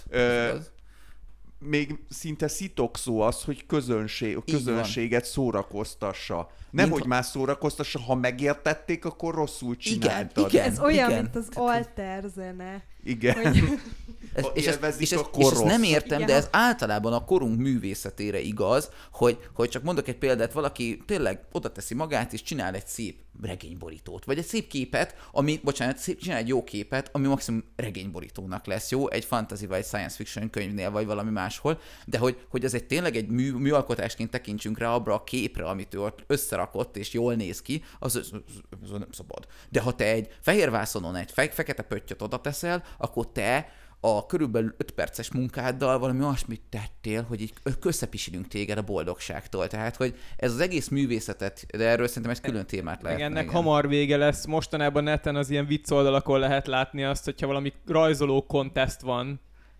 S2: Még szinte szitokszó az, hogy közönséget szórakoztassa. Nehogy már szórakoztassa, ha megértették, akkor rosszul csináltad.
S4: Igen,
S3: ez olyan,
S4: igen.
S3: mint az alter zene.
S2: Igen.
S3: Hogy...
S4: És ezt nem értem, igen. De ez általában a korunk művészetére igaz, hogy csak mondok egy példát, valaki tényleg oda teszi magát, és csinál egy szép regényborítót, vagy egy szép képet, csinál egy jó képet, ami maximum regényborítónak lesz jó, egy fantasy vagy science fiction könyvnél, vagy valami máshol, de hogy az egy tényleg egy műalkotásként tekintsünk rá abra a képre, amit ő ott összerakott, és jól néz ki, az nem szabad. De ha te egy fehér vászonon egy fekete pöttyöt oda teszel, akkor te a körülbelül 5 perces munkáddal valami olyasmit tettél, hogy így összepisilünk téged a boldogságtól. Tehát, hogy ez az egész művészetet, de erről szerintem egy külön témát lehet.
S1: Ennek hamar vége lesz. Mostanában neten az ilyen vicc oldalakon lehet látni azt, hogyha valami rajzoló contest van,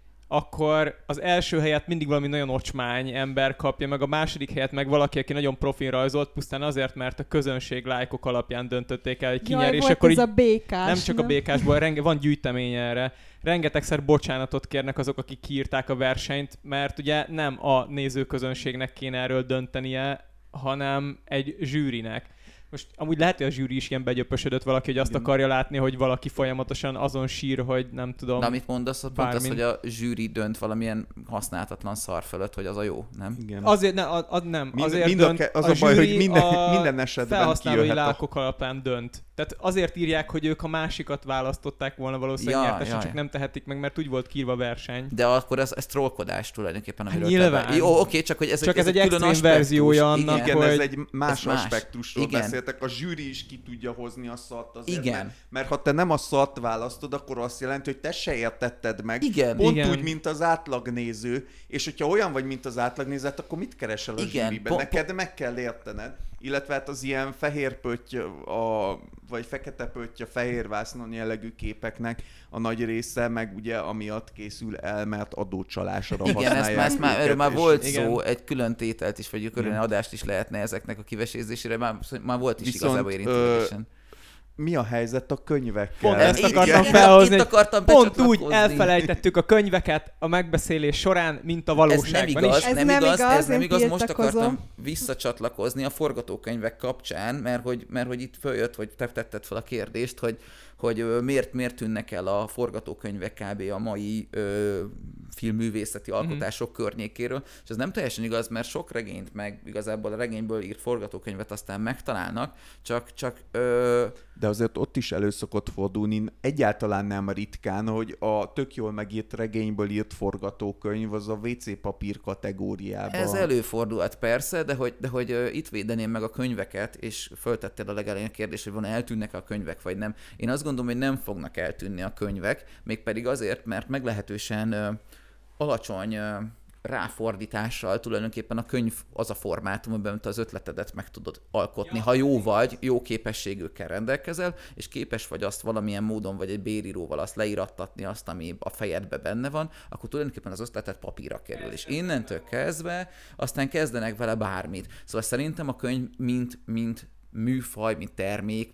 S1: akkor az első helyet mindig valami nagyon ocsmány ember kapja, meg a második helyet meg valaki, aki nagyon profin rajzolt, pusztán azért, mert a közönség lájkok alapján döntötték el, hogy ki nyer, és akkor
S3: ez
S1: így
S3: a békás,
S1: nem csak a békásból, van gyűjtemény erre. Rengetegszer bocsánatot kérnek azok, akik kiírták a versenyt, mert ugye nem a nézőközönségnek kéne erről döntenie, hanem egy zsűrinek. Most amúgy lehet, hogy a zsűri is ilyen begyöpösödött valaki, hogy azt akarja látni, hogy valaki folyamatosan azon sír, hogy nem tudom.
S4: De amit mondasz, pont az, hogy a zsűri dönt valamilyen használhatatlan szar fölött, hogy az a jó, nem?
S2: Igen.
S1: Azért nem. Azért dönt
S2: az a baj, hogy minden esetben
S1: felhasználói lákok alapján dönt. Tehát azért írják, hogy ők a másikat választották volna valószínűleg nyertesen, csak nem tehetik meg, mert úgy volt kiírva a verseny.
S4: De akkor ez trollkodás tulajdonképpen, amiről
S1: nyilván.
S4: Jó, oké, csak hogy ez
S1: egy extrém verziója annak,
S2: igen,
S1: hogy...
S2: ez egy más aspektusról beszéltek. A zsűri is ki tudja hozni a szart azért.
S4: Igen.
S2: Mert ha te nem a szart választod, akkor azt jelenti, hogy te se értetted meg.
S4: Igen.
S2: Pont úgy, mint az átlagnéző. És hogyha olyan vagy, mint az átlagnéző, akkor mit keresel a zsűriben? Neked meg kell értened. Illetve hát az ilyen fehér pötty, vagy fekete pötty, a fehér vásznon jellegű képeknek a nagy része, meg ugye amiatt készül el, mert adócsalásra használják.
S4: Igen, erről már volt
S1: igen.
S4: szó, egy külön tételt is, vagy külön adást is lehetne ezeknek a kivesézésére, már volt is igazából érintőlegesen.
S2: Mi a helyzet a könyvekkel?
S1: Pont ezt akartam felhozni. Pont úgy elfelejtettük a könyveket a megbeszélés során, mint a valóságban is.
S4: Ez nem igaz. Most akartam visszacsatlakozni a forgatókönyvek kapcsán, mert hogy itt följött, hogy te tetted fel a kérdést, hogy miért tűnnek el a forgatókönyvek kb. A mai filmművészeti alkotások környékéről, és ez nem teljesen igaz, mert sok regényt, meg igazából a regényből írt forgatókönyvet aztán megtalálnak, csak
S2: De azért ott is elő szokott fordulni, egyáltalán nem ritkán, hogy a tök jól megírt regényből írt forgatókönyv az a WC papír kategóriában.
S4: Ez előfordulhat persze, de hogy itt védeném meg a könyveket, és föltetted a legelején a kérdést, hogy van eltűnnek a könyvek, vagy nem. Én azt gondolom, hogy nem fognak eltűnni a könyvek, mégpedig azért, mert meglehetősen alacsony ráfordítással tulajdonképpen a könyv az a formátum, amiben te az ötletedet meg tudod alkotni. Ha jó vagy, jó képességükkel rendelkezel, és képes vagy azt valamilyen módon, vagy egy béríróval azt leírattatni azt, ami a fejedbe benne van, akkor tulajdonképpen az ötletet papírra kerül. És innentől kezdve aztán kezdenek vele bármit. Szóval szerintem a könyv mint műfaj, mint termék,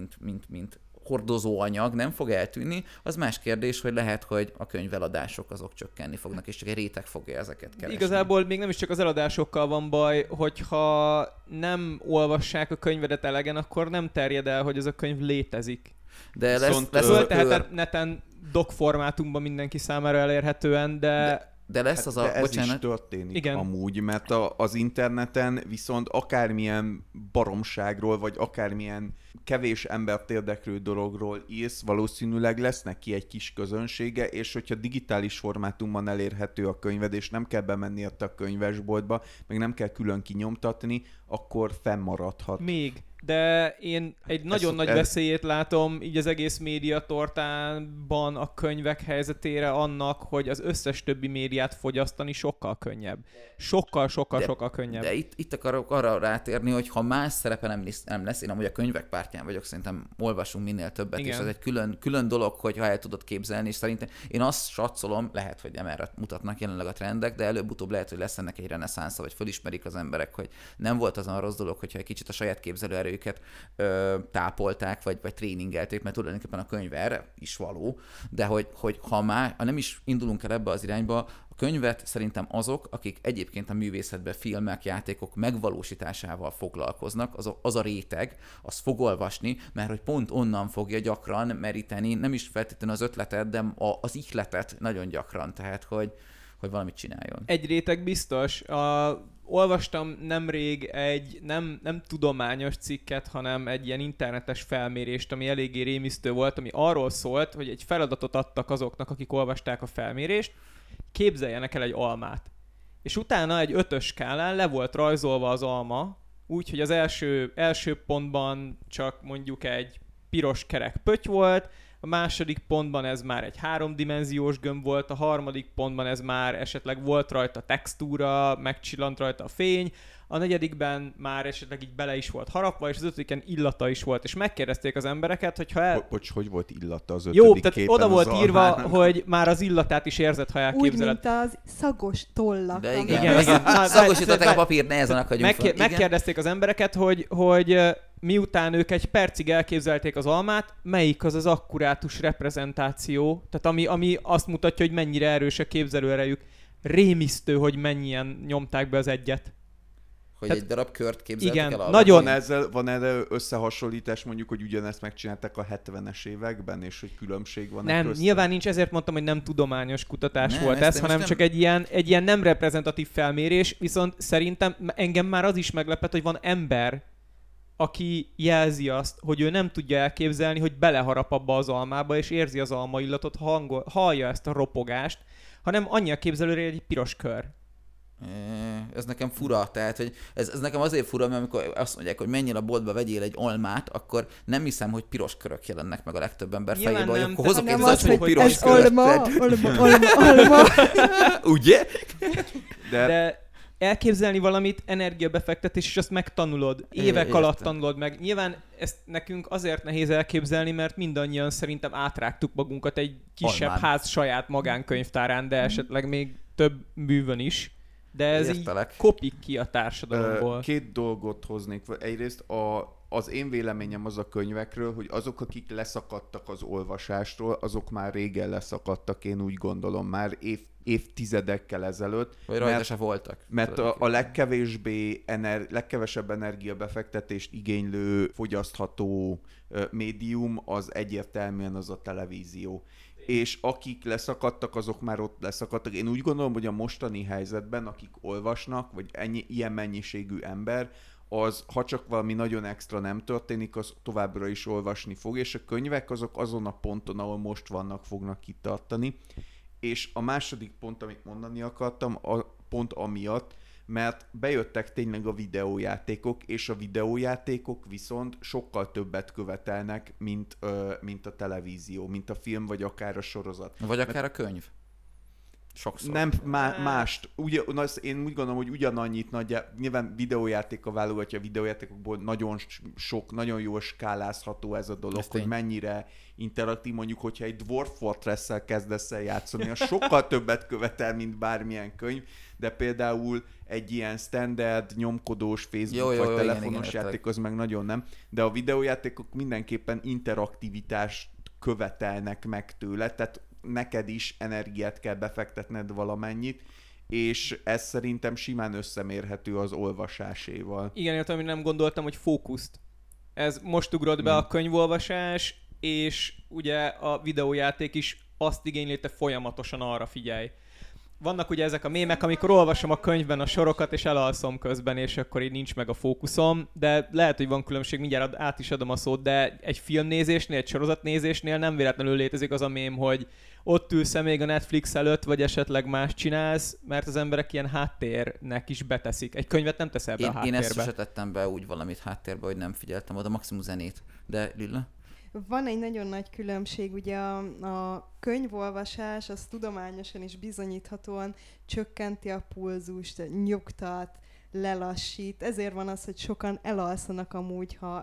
S4: mint hordozóanyag nem fog eltűnni, az más kérdés, hogy lehet, hogy a könyveladások azok csökkenni fognak, és csak egy réteg fogja ezeket keresni.
S1: Igazából még nem is csak az eladásokkal van baj, hogyha nem olvassák a könyvedet elegen, akkor nem terjed el, hogy ez a könyv létezik.
S4: De lesz
S1: tehát neten doc formátumban mindenki számára elérhetően,
S4: De lesz az a...
S2: De ez
S4: bocsánat.
S2: is történik
S1: Igen.
S2: amúgy, mert az interneten viszont akármilyen baromságról, vagy akármilyen kevés embert érdeklő dologról írsz, valószínűleg lesz neki egy kis közönsége, és hogyha digitális formátumban elérhető a könyved, és nem kell bemenni érte a könyvesboltba, meg nem kell külön kinyomtatni, akkor fennmaradhat.
S1: még. De én egy nagyon nagy
S2: ez-
S1: veszélyét látom így az egész médiatortában a könyvek helyzetére annak, hogy az összes többi médiát fogyasztani sokkal könnyebb. Sokkal könnyebb.
S4: De itt akarok arra rátérni, hogy ha más szerepe nem lesz, én amúgy a könyvek pártján vagyok, szerintem olvasunk minél többet,
S1: Igen.
S4: és ez egy külön dolog, hogy ha el tudod képzelni, és szerintem én azt satszolom, lehet, hogy nem erre mutatnak jelenleg a trendek, de előbb-utóbb lehet, hogy lesz ennek egy reneszánsza, vagy fölismerik az emberek, hogy nem volt az a rossz dolog, hogyha egy kicsit a saját képzelőerőjüket tápolták, vagy tréningelték, mert tulajdonképpen a könyv erre is való, de hogy ha nem is indulunk el ebbe az irányba, a könyvet szerintem azok, akik egyébként a művészetben filmek, játékok megvalósításával foglalkoznak, az a réteg, az fog olvasni, mert hogy pont onnan fogja gyakran meríteni, nem is feltétlenül az ötletet, de az ihletet nagyon gyakran, tehát hogy valamit csináljon.
S1: Egy réteg biztos. Olvastam nemrég egy nem tudományos cikket, hanem egy ilyen internetes felmérést, ami eléggé rémisztő volt, ami arról szólt, hogy egy feladatot adtak azoknak, akik olvasták a felmérést, képzeljenek el egy almát. És utána egy 5-ös skálán le volt rajzolva az alma, úgyhogy az első pontban csak mondjuk egy piros kerek pötty volt, a második pontban ez már egy 3-dimenziós gömb volt, a harmadik pontban ez már esetleg volt rajta textúra, megcsillant rajta a fény, a negyedikben már esetleg így bele is volt harapva, és az ötödiken illata is volt, és megkérdezték az embereket, hogyha
S2: Bocs, hogy volt illata az ötödik
S1: jó, tehát
S2: képen
S1: oda volt
S2: az
S1: írva,
S2: almának?
S1: hogy már az illatát is érzed, ha
S3: Úgy,
S1: elképzeled.
S3: mint az szagos tollak.
S4: De
S3: amik-
S1: Igen.
S4: Szagosították a papírt, nehezen akadjunk fel. Igen?
S1: Megkérdezték az embereket, hogy miután ők egy percig elképzelték az almát, melyik az akkurátus reprezentáció, tehát ami azt mutatja, hogy mennyire erős a képzelőerejük. Rémisztő, hogy mennyien nyomták be az egyet.
S4: Hogy
S1: Tehát-
S4: egy darab kört képzeltek
S1: igen,
S4: el alapban.
S1: nagyon-
S2: Van erre összehasonlítás mondjuk, hogy ugyanezt megcsinálták a 70-es években, és hogy különbség van
S1: Nem,
S2: közte?
S1: nyilván nincs, ezért mondtam, hogy nem tudományos kutatás
S4: Nem,
S1: volt
S4: ezt
S1: ez,
S4: én
S1: hanem
S4: most
S1: csak egy ilyen nem reprezentatív felmérés, viszont szerintem engem már az is meglepett, hogy van ember, aki jelzi azt, hogy ő nem tudja elképzelni, hogy beleharap abba az almába, és érzi az alma illatot, hallja ezt a ropogást, hanem annyi a képzelőre egy piros kör.
S4: Ez nekem fura, tehát hogy ez nekem azért fura, mert amikor azt mondják, hogy menjél a boltba, vegyél egy almát, akkor nem hiszem, hogy piros körök jelennek meg a legtöbb ember
S1: Nyilván
S4: fejében, hogy
S1: nem,
S4: akkor hozok
S1: tehát
S4: egy
S1: nem
S3: Nem
S1: az,
S3: az,
S4: zacskó
S3: hogy
S4: piros
S3: ez
S4: kört.
S3: alma.
S4: Ugye?
S1: De elképzelni valamit, energiabefektetés, és azt megtanulod. Évek
S4: Értem.
S1: alatt tanulod meg. Nyilván ezt nekünk azért nehéz elképzelni, mert mindannyian szerintem átrágtuk magunkat egy kisebb
S4: Almán.
S1: ház saját magánkönyvtárán, de esetleg még több művön is. De ez
S4: Értelek.
S1: így kopik ki a társadalomból.
S2: Két dolgot hoznék. Egyrészt az én véleményem az a könyvekről, hogy azok, akik leszakadtak az olvasástól, azok már régen leszakadtak, én úgy gondolom, már évtizedekkel ezelőtt.
S4: Vagy rajta se voltak.
S2: Mert a legkevesebb energiabefektetést igénylő, fogyasztható médium az egyértelműen az a televízió. És akik leszakadtak, azok már ott leszakadtak. Én úgy gondolom, hogy a mostani helyzetben, akik olvasnak, vagy ilyen mennyiségű ember, az, ha csak valami nagyon extra nem történik, az továbbra is olvasni fog, és a könyvek azok azon a ponton, ahol most vannak, fognak kitartani. És a második pont, amit mondani akartam, pont amiatt, mert bejöttek tényleg a videójátékok, és a videójátékok viszont sokkal többet követelnek, mint a televízió, mint a film, vagy akár a sorozat.
S4: Vagy akár a könyv. Sokszor.
S2: Nem, mást. Én úgy gondolom, hogy ugyanannyit nyilván videójátéka válogatja, a videójátékokból nagyon sok, nagyon jól skálázható ez a dolog,
S4: Ez
S2: hogy
S4: tény.
S2: mennyire interaktív, mondjuk, hogyha egy Dwarf Fortress-szel kezdesz el játszani, az sokkal többet követel, mint bármilyen könyv, de például egy ilyen standard, nyomkodós Facebook vagy telefonos
S4: igen,
S2: játék az meg nagyon nem, de a videójátékok mindenképpen interaktivitást követelnek meg tőle, tehát neked is energiát kell befektetned valamennyit, és ez szerintem simán összemérhető az olvasáséval.
S1: Igen, értem, hogy nem gondoltam, hogy fókuszt. Ez most ugrott be a könyvolvasás, és ugye a videójáték is azt igényli, te folyamatosan arra figyelj. Vannak ugye ezek a mémek, amikor olvasom a könyvben a sorokat, és elalszom közben, és akkor így nincs meg a fókuszom, de lehet, hogy van különbség, mindjárt át is adom a szót, de egy filmnézésnél, egy sorozatnézésnél nem véletlenül létezik az a mém, hogy ott ülsz még a Netflix előtt, vagy esetleg más csinálsz, mert az emberek ilyen háttérnek is beteszik. Egy könyvet nem teszel be a
S4: Én
S1: háttérbe.
S4: ezt sose tettem be úgy valamit háttérbe, hogy nem figyeltem oda, maximum zenét. De Lilla?
S3: Van egy nagyon nagy különbség, ugye a könyvolvasás, az tudományosan is bizonyíthatóan csökkenti a pulzust, nyugtat, lelassít. Ezért van az, hogy sokan elalszanak amúgy, ha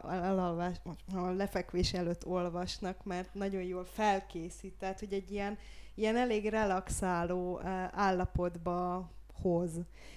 S3: a lefekvés előtt olvasnak, mert nagyon jól felkészít. Tehát, hogy egy ilyen elég relaxáló állapotba hoz.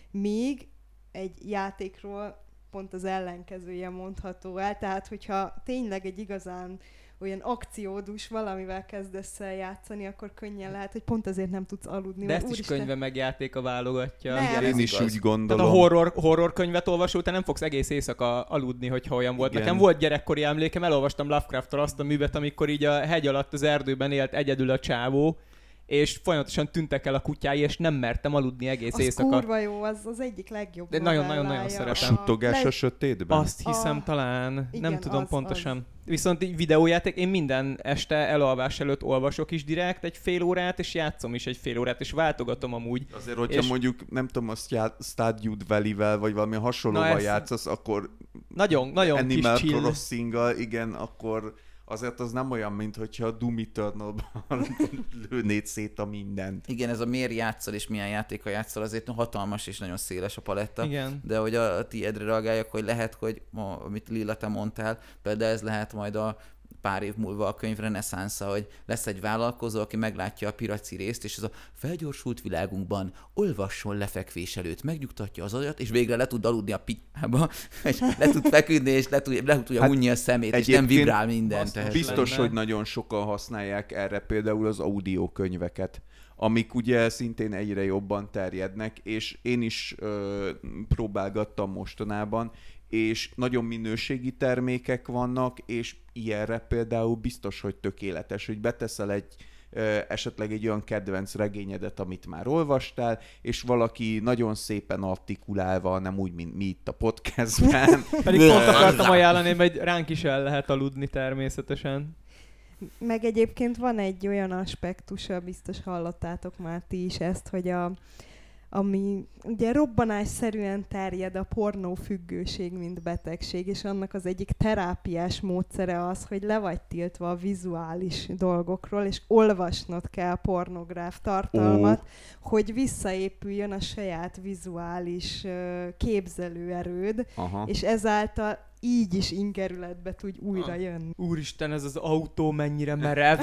S3: Míg egy játékról pont az ellenkezője mondható el. Tehát, hogyha tényleg egy igazán olyan akciódús valamivel kezdesz el játszani, akkor könnyen lehet, hogy pont azért nem tudsz aludni.
S1: De ezt is könyve meg játéka válogatja.
S3: Nem.
S2: Én is úgy gondolom.
S1: Tehát a horror könyvet olvasol, te nem fogsz egész éjszaka aludni, hogyha olyan volt.
S2: Igen.
S1: Nekem volt gyerekkori emlékem, elolvastam Lovecraft-tól azt a művet, amikor így a hegy alatt az erdőben élt egyedül a csávó, és folyamatosan tűntek el a kutyái, és nem mertem aludni egész
S3: az
S1: éjszaka.
S3: kurva jó, az egyik legjobb
S1: De nagyon-nagyon szeretem.
S2: A suttogás a sötétben?
S1: Azt hiszem talán,
S3: igen,
S1: nem tudom
S3: az.
S1: pontosan. Viszont így videójáték, én minden este elalvás előtt olvasok is direkt egy fél órát, és játszom is egy fél órát, és váltogatom amúgy.
S2: Azért, hogyha mondjuk, nem tudom, azt Stardew Valley-vel, vagy valami hasonlóval játszasz, akkor
S1: nagyon
S2: Animal
S1: kis chill.
S2: Crossing-gal, igen, akkor azért az nem olyan, mint hogyha a Doom Eternal-ban lőnéd szét a mindent.
S4: Igen, ez a miért játszol és milyen játéka játszol, azért hatalmas és nagyon széles a paletta.
S1: Igen.
S4: De hogy a tiédre reagáljak, hogy lehet, hogy amit Lilla te mondtál, például ez lehet majd a pár év múlva a könyv reneszánsza, hogy lesz egy vállalkozó, aki meglátja a piraci részt, és ez a felgyorsult világunkban olvasson lefekvés előtt, megnyugtatja az agyat, és végre le tud aludni a pityába, és le tud feküdni, és le tudja hunni a szemét, és nem vibrál minden.
S2: Biztos,
S1: lenne.
S2: hogy nagyon sokan használják erre például az audiokönyveket, amik ugye szintén egyre jobban terjednek, és én is próbálgattam mostanában, és nagyon minőségi termékek vannak, és ilyenre például biztos, hogy tökéletes, hogy beteszel esetleg egy olyan kedvenc regényedet, amit már olvastál, és valaki nagyon szépen artikulálva, nem úgy, mint mi itt a podcastben.
S1: Pedig pont akartam ajánlani, hogy ránk is el lehet aludni természetesen.
S3: Meg egyébként van egy olyan aspektusa, biztos hallottátok már ti is ezt, hogy ami ugye robbanásszerűen terjed a pornófüggőség, mint betegség, és annak az egyik terápiás módszere az, hogy le vagy tiltva a vizuális dolgokról, és olvasnod kell pornográf tartalmat, hogy visszaépüljön a saját vizuális képzelőerőd, és ezáltal így is ingerületbe tudj újra jönni.
S1: Úristen, ez az autó mennyire merev.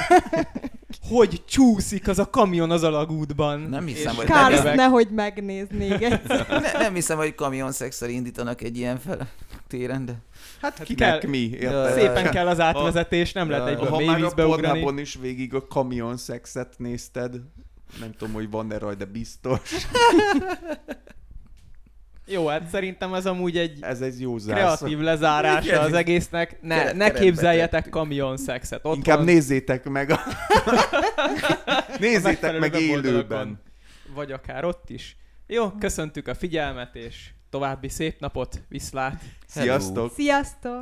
S1: Hogy csúszik az a kamion az alagútban.
S4: Nem hiszem, hogy
S3: Kársz, nehogy megnézd még egyszer.
S4: nem hiszem, hogy kamionszexel indítanak egy ilyen téren, de...
S2: Hát kinek mi? Érted?
S1: Szépen kell az átvezetés, nem lehet egyből mély vízbe
S2: ugrani. Ha már a
S1: ugrani.
S2: pornában is végig a kamion szexet nézted, nem tudom, hogy van-e rajta, de biztos.
S1: Jó, hát szerintem ez amúgy egy
S2: jó zárszó.
S1: kreatív lezárása az egésznek. Ne képzeljetek kamion szexet. Ott
S2: inkább
S1: van...
S2: nézzétek meg nézzétek meg élőben.
S1: Vagy akár ott is. Jó, köszöntük a figyelmet, és további szép napot, viszlát!
S2: Sziasztok!
S3: Sziasztok!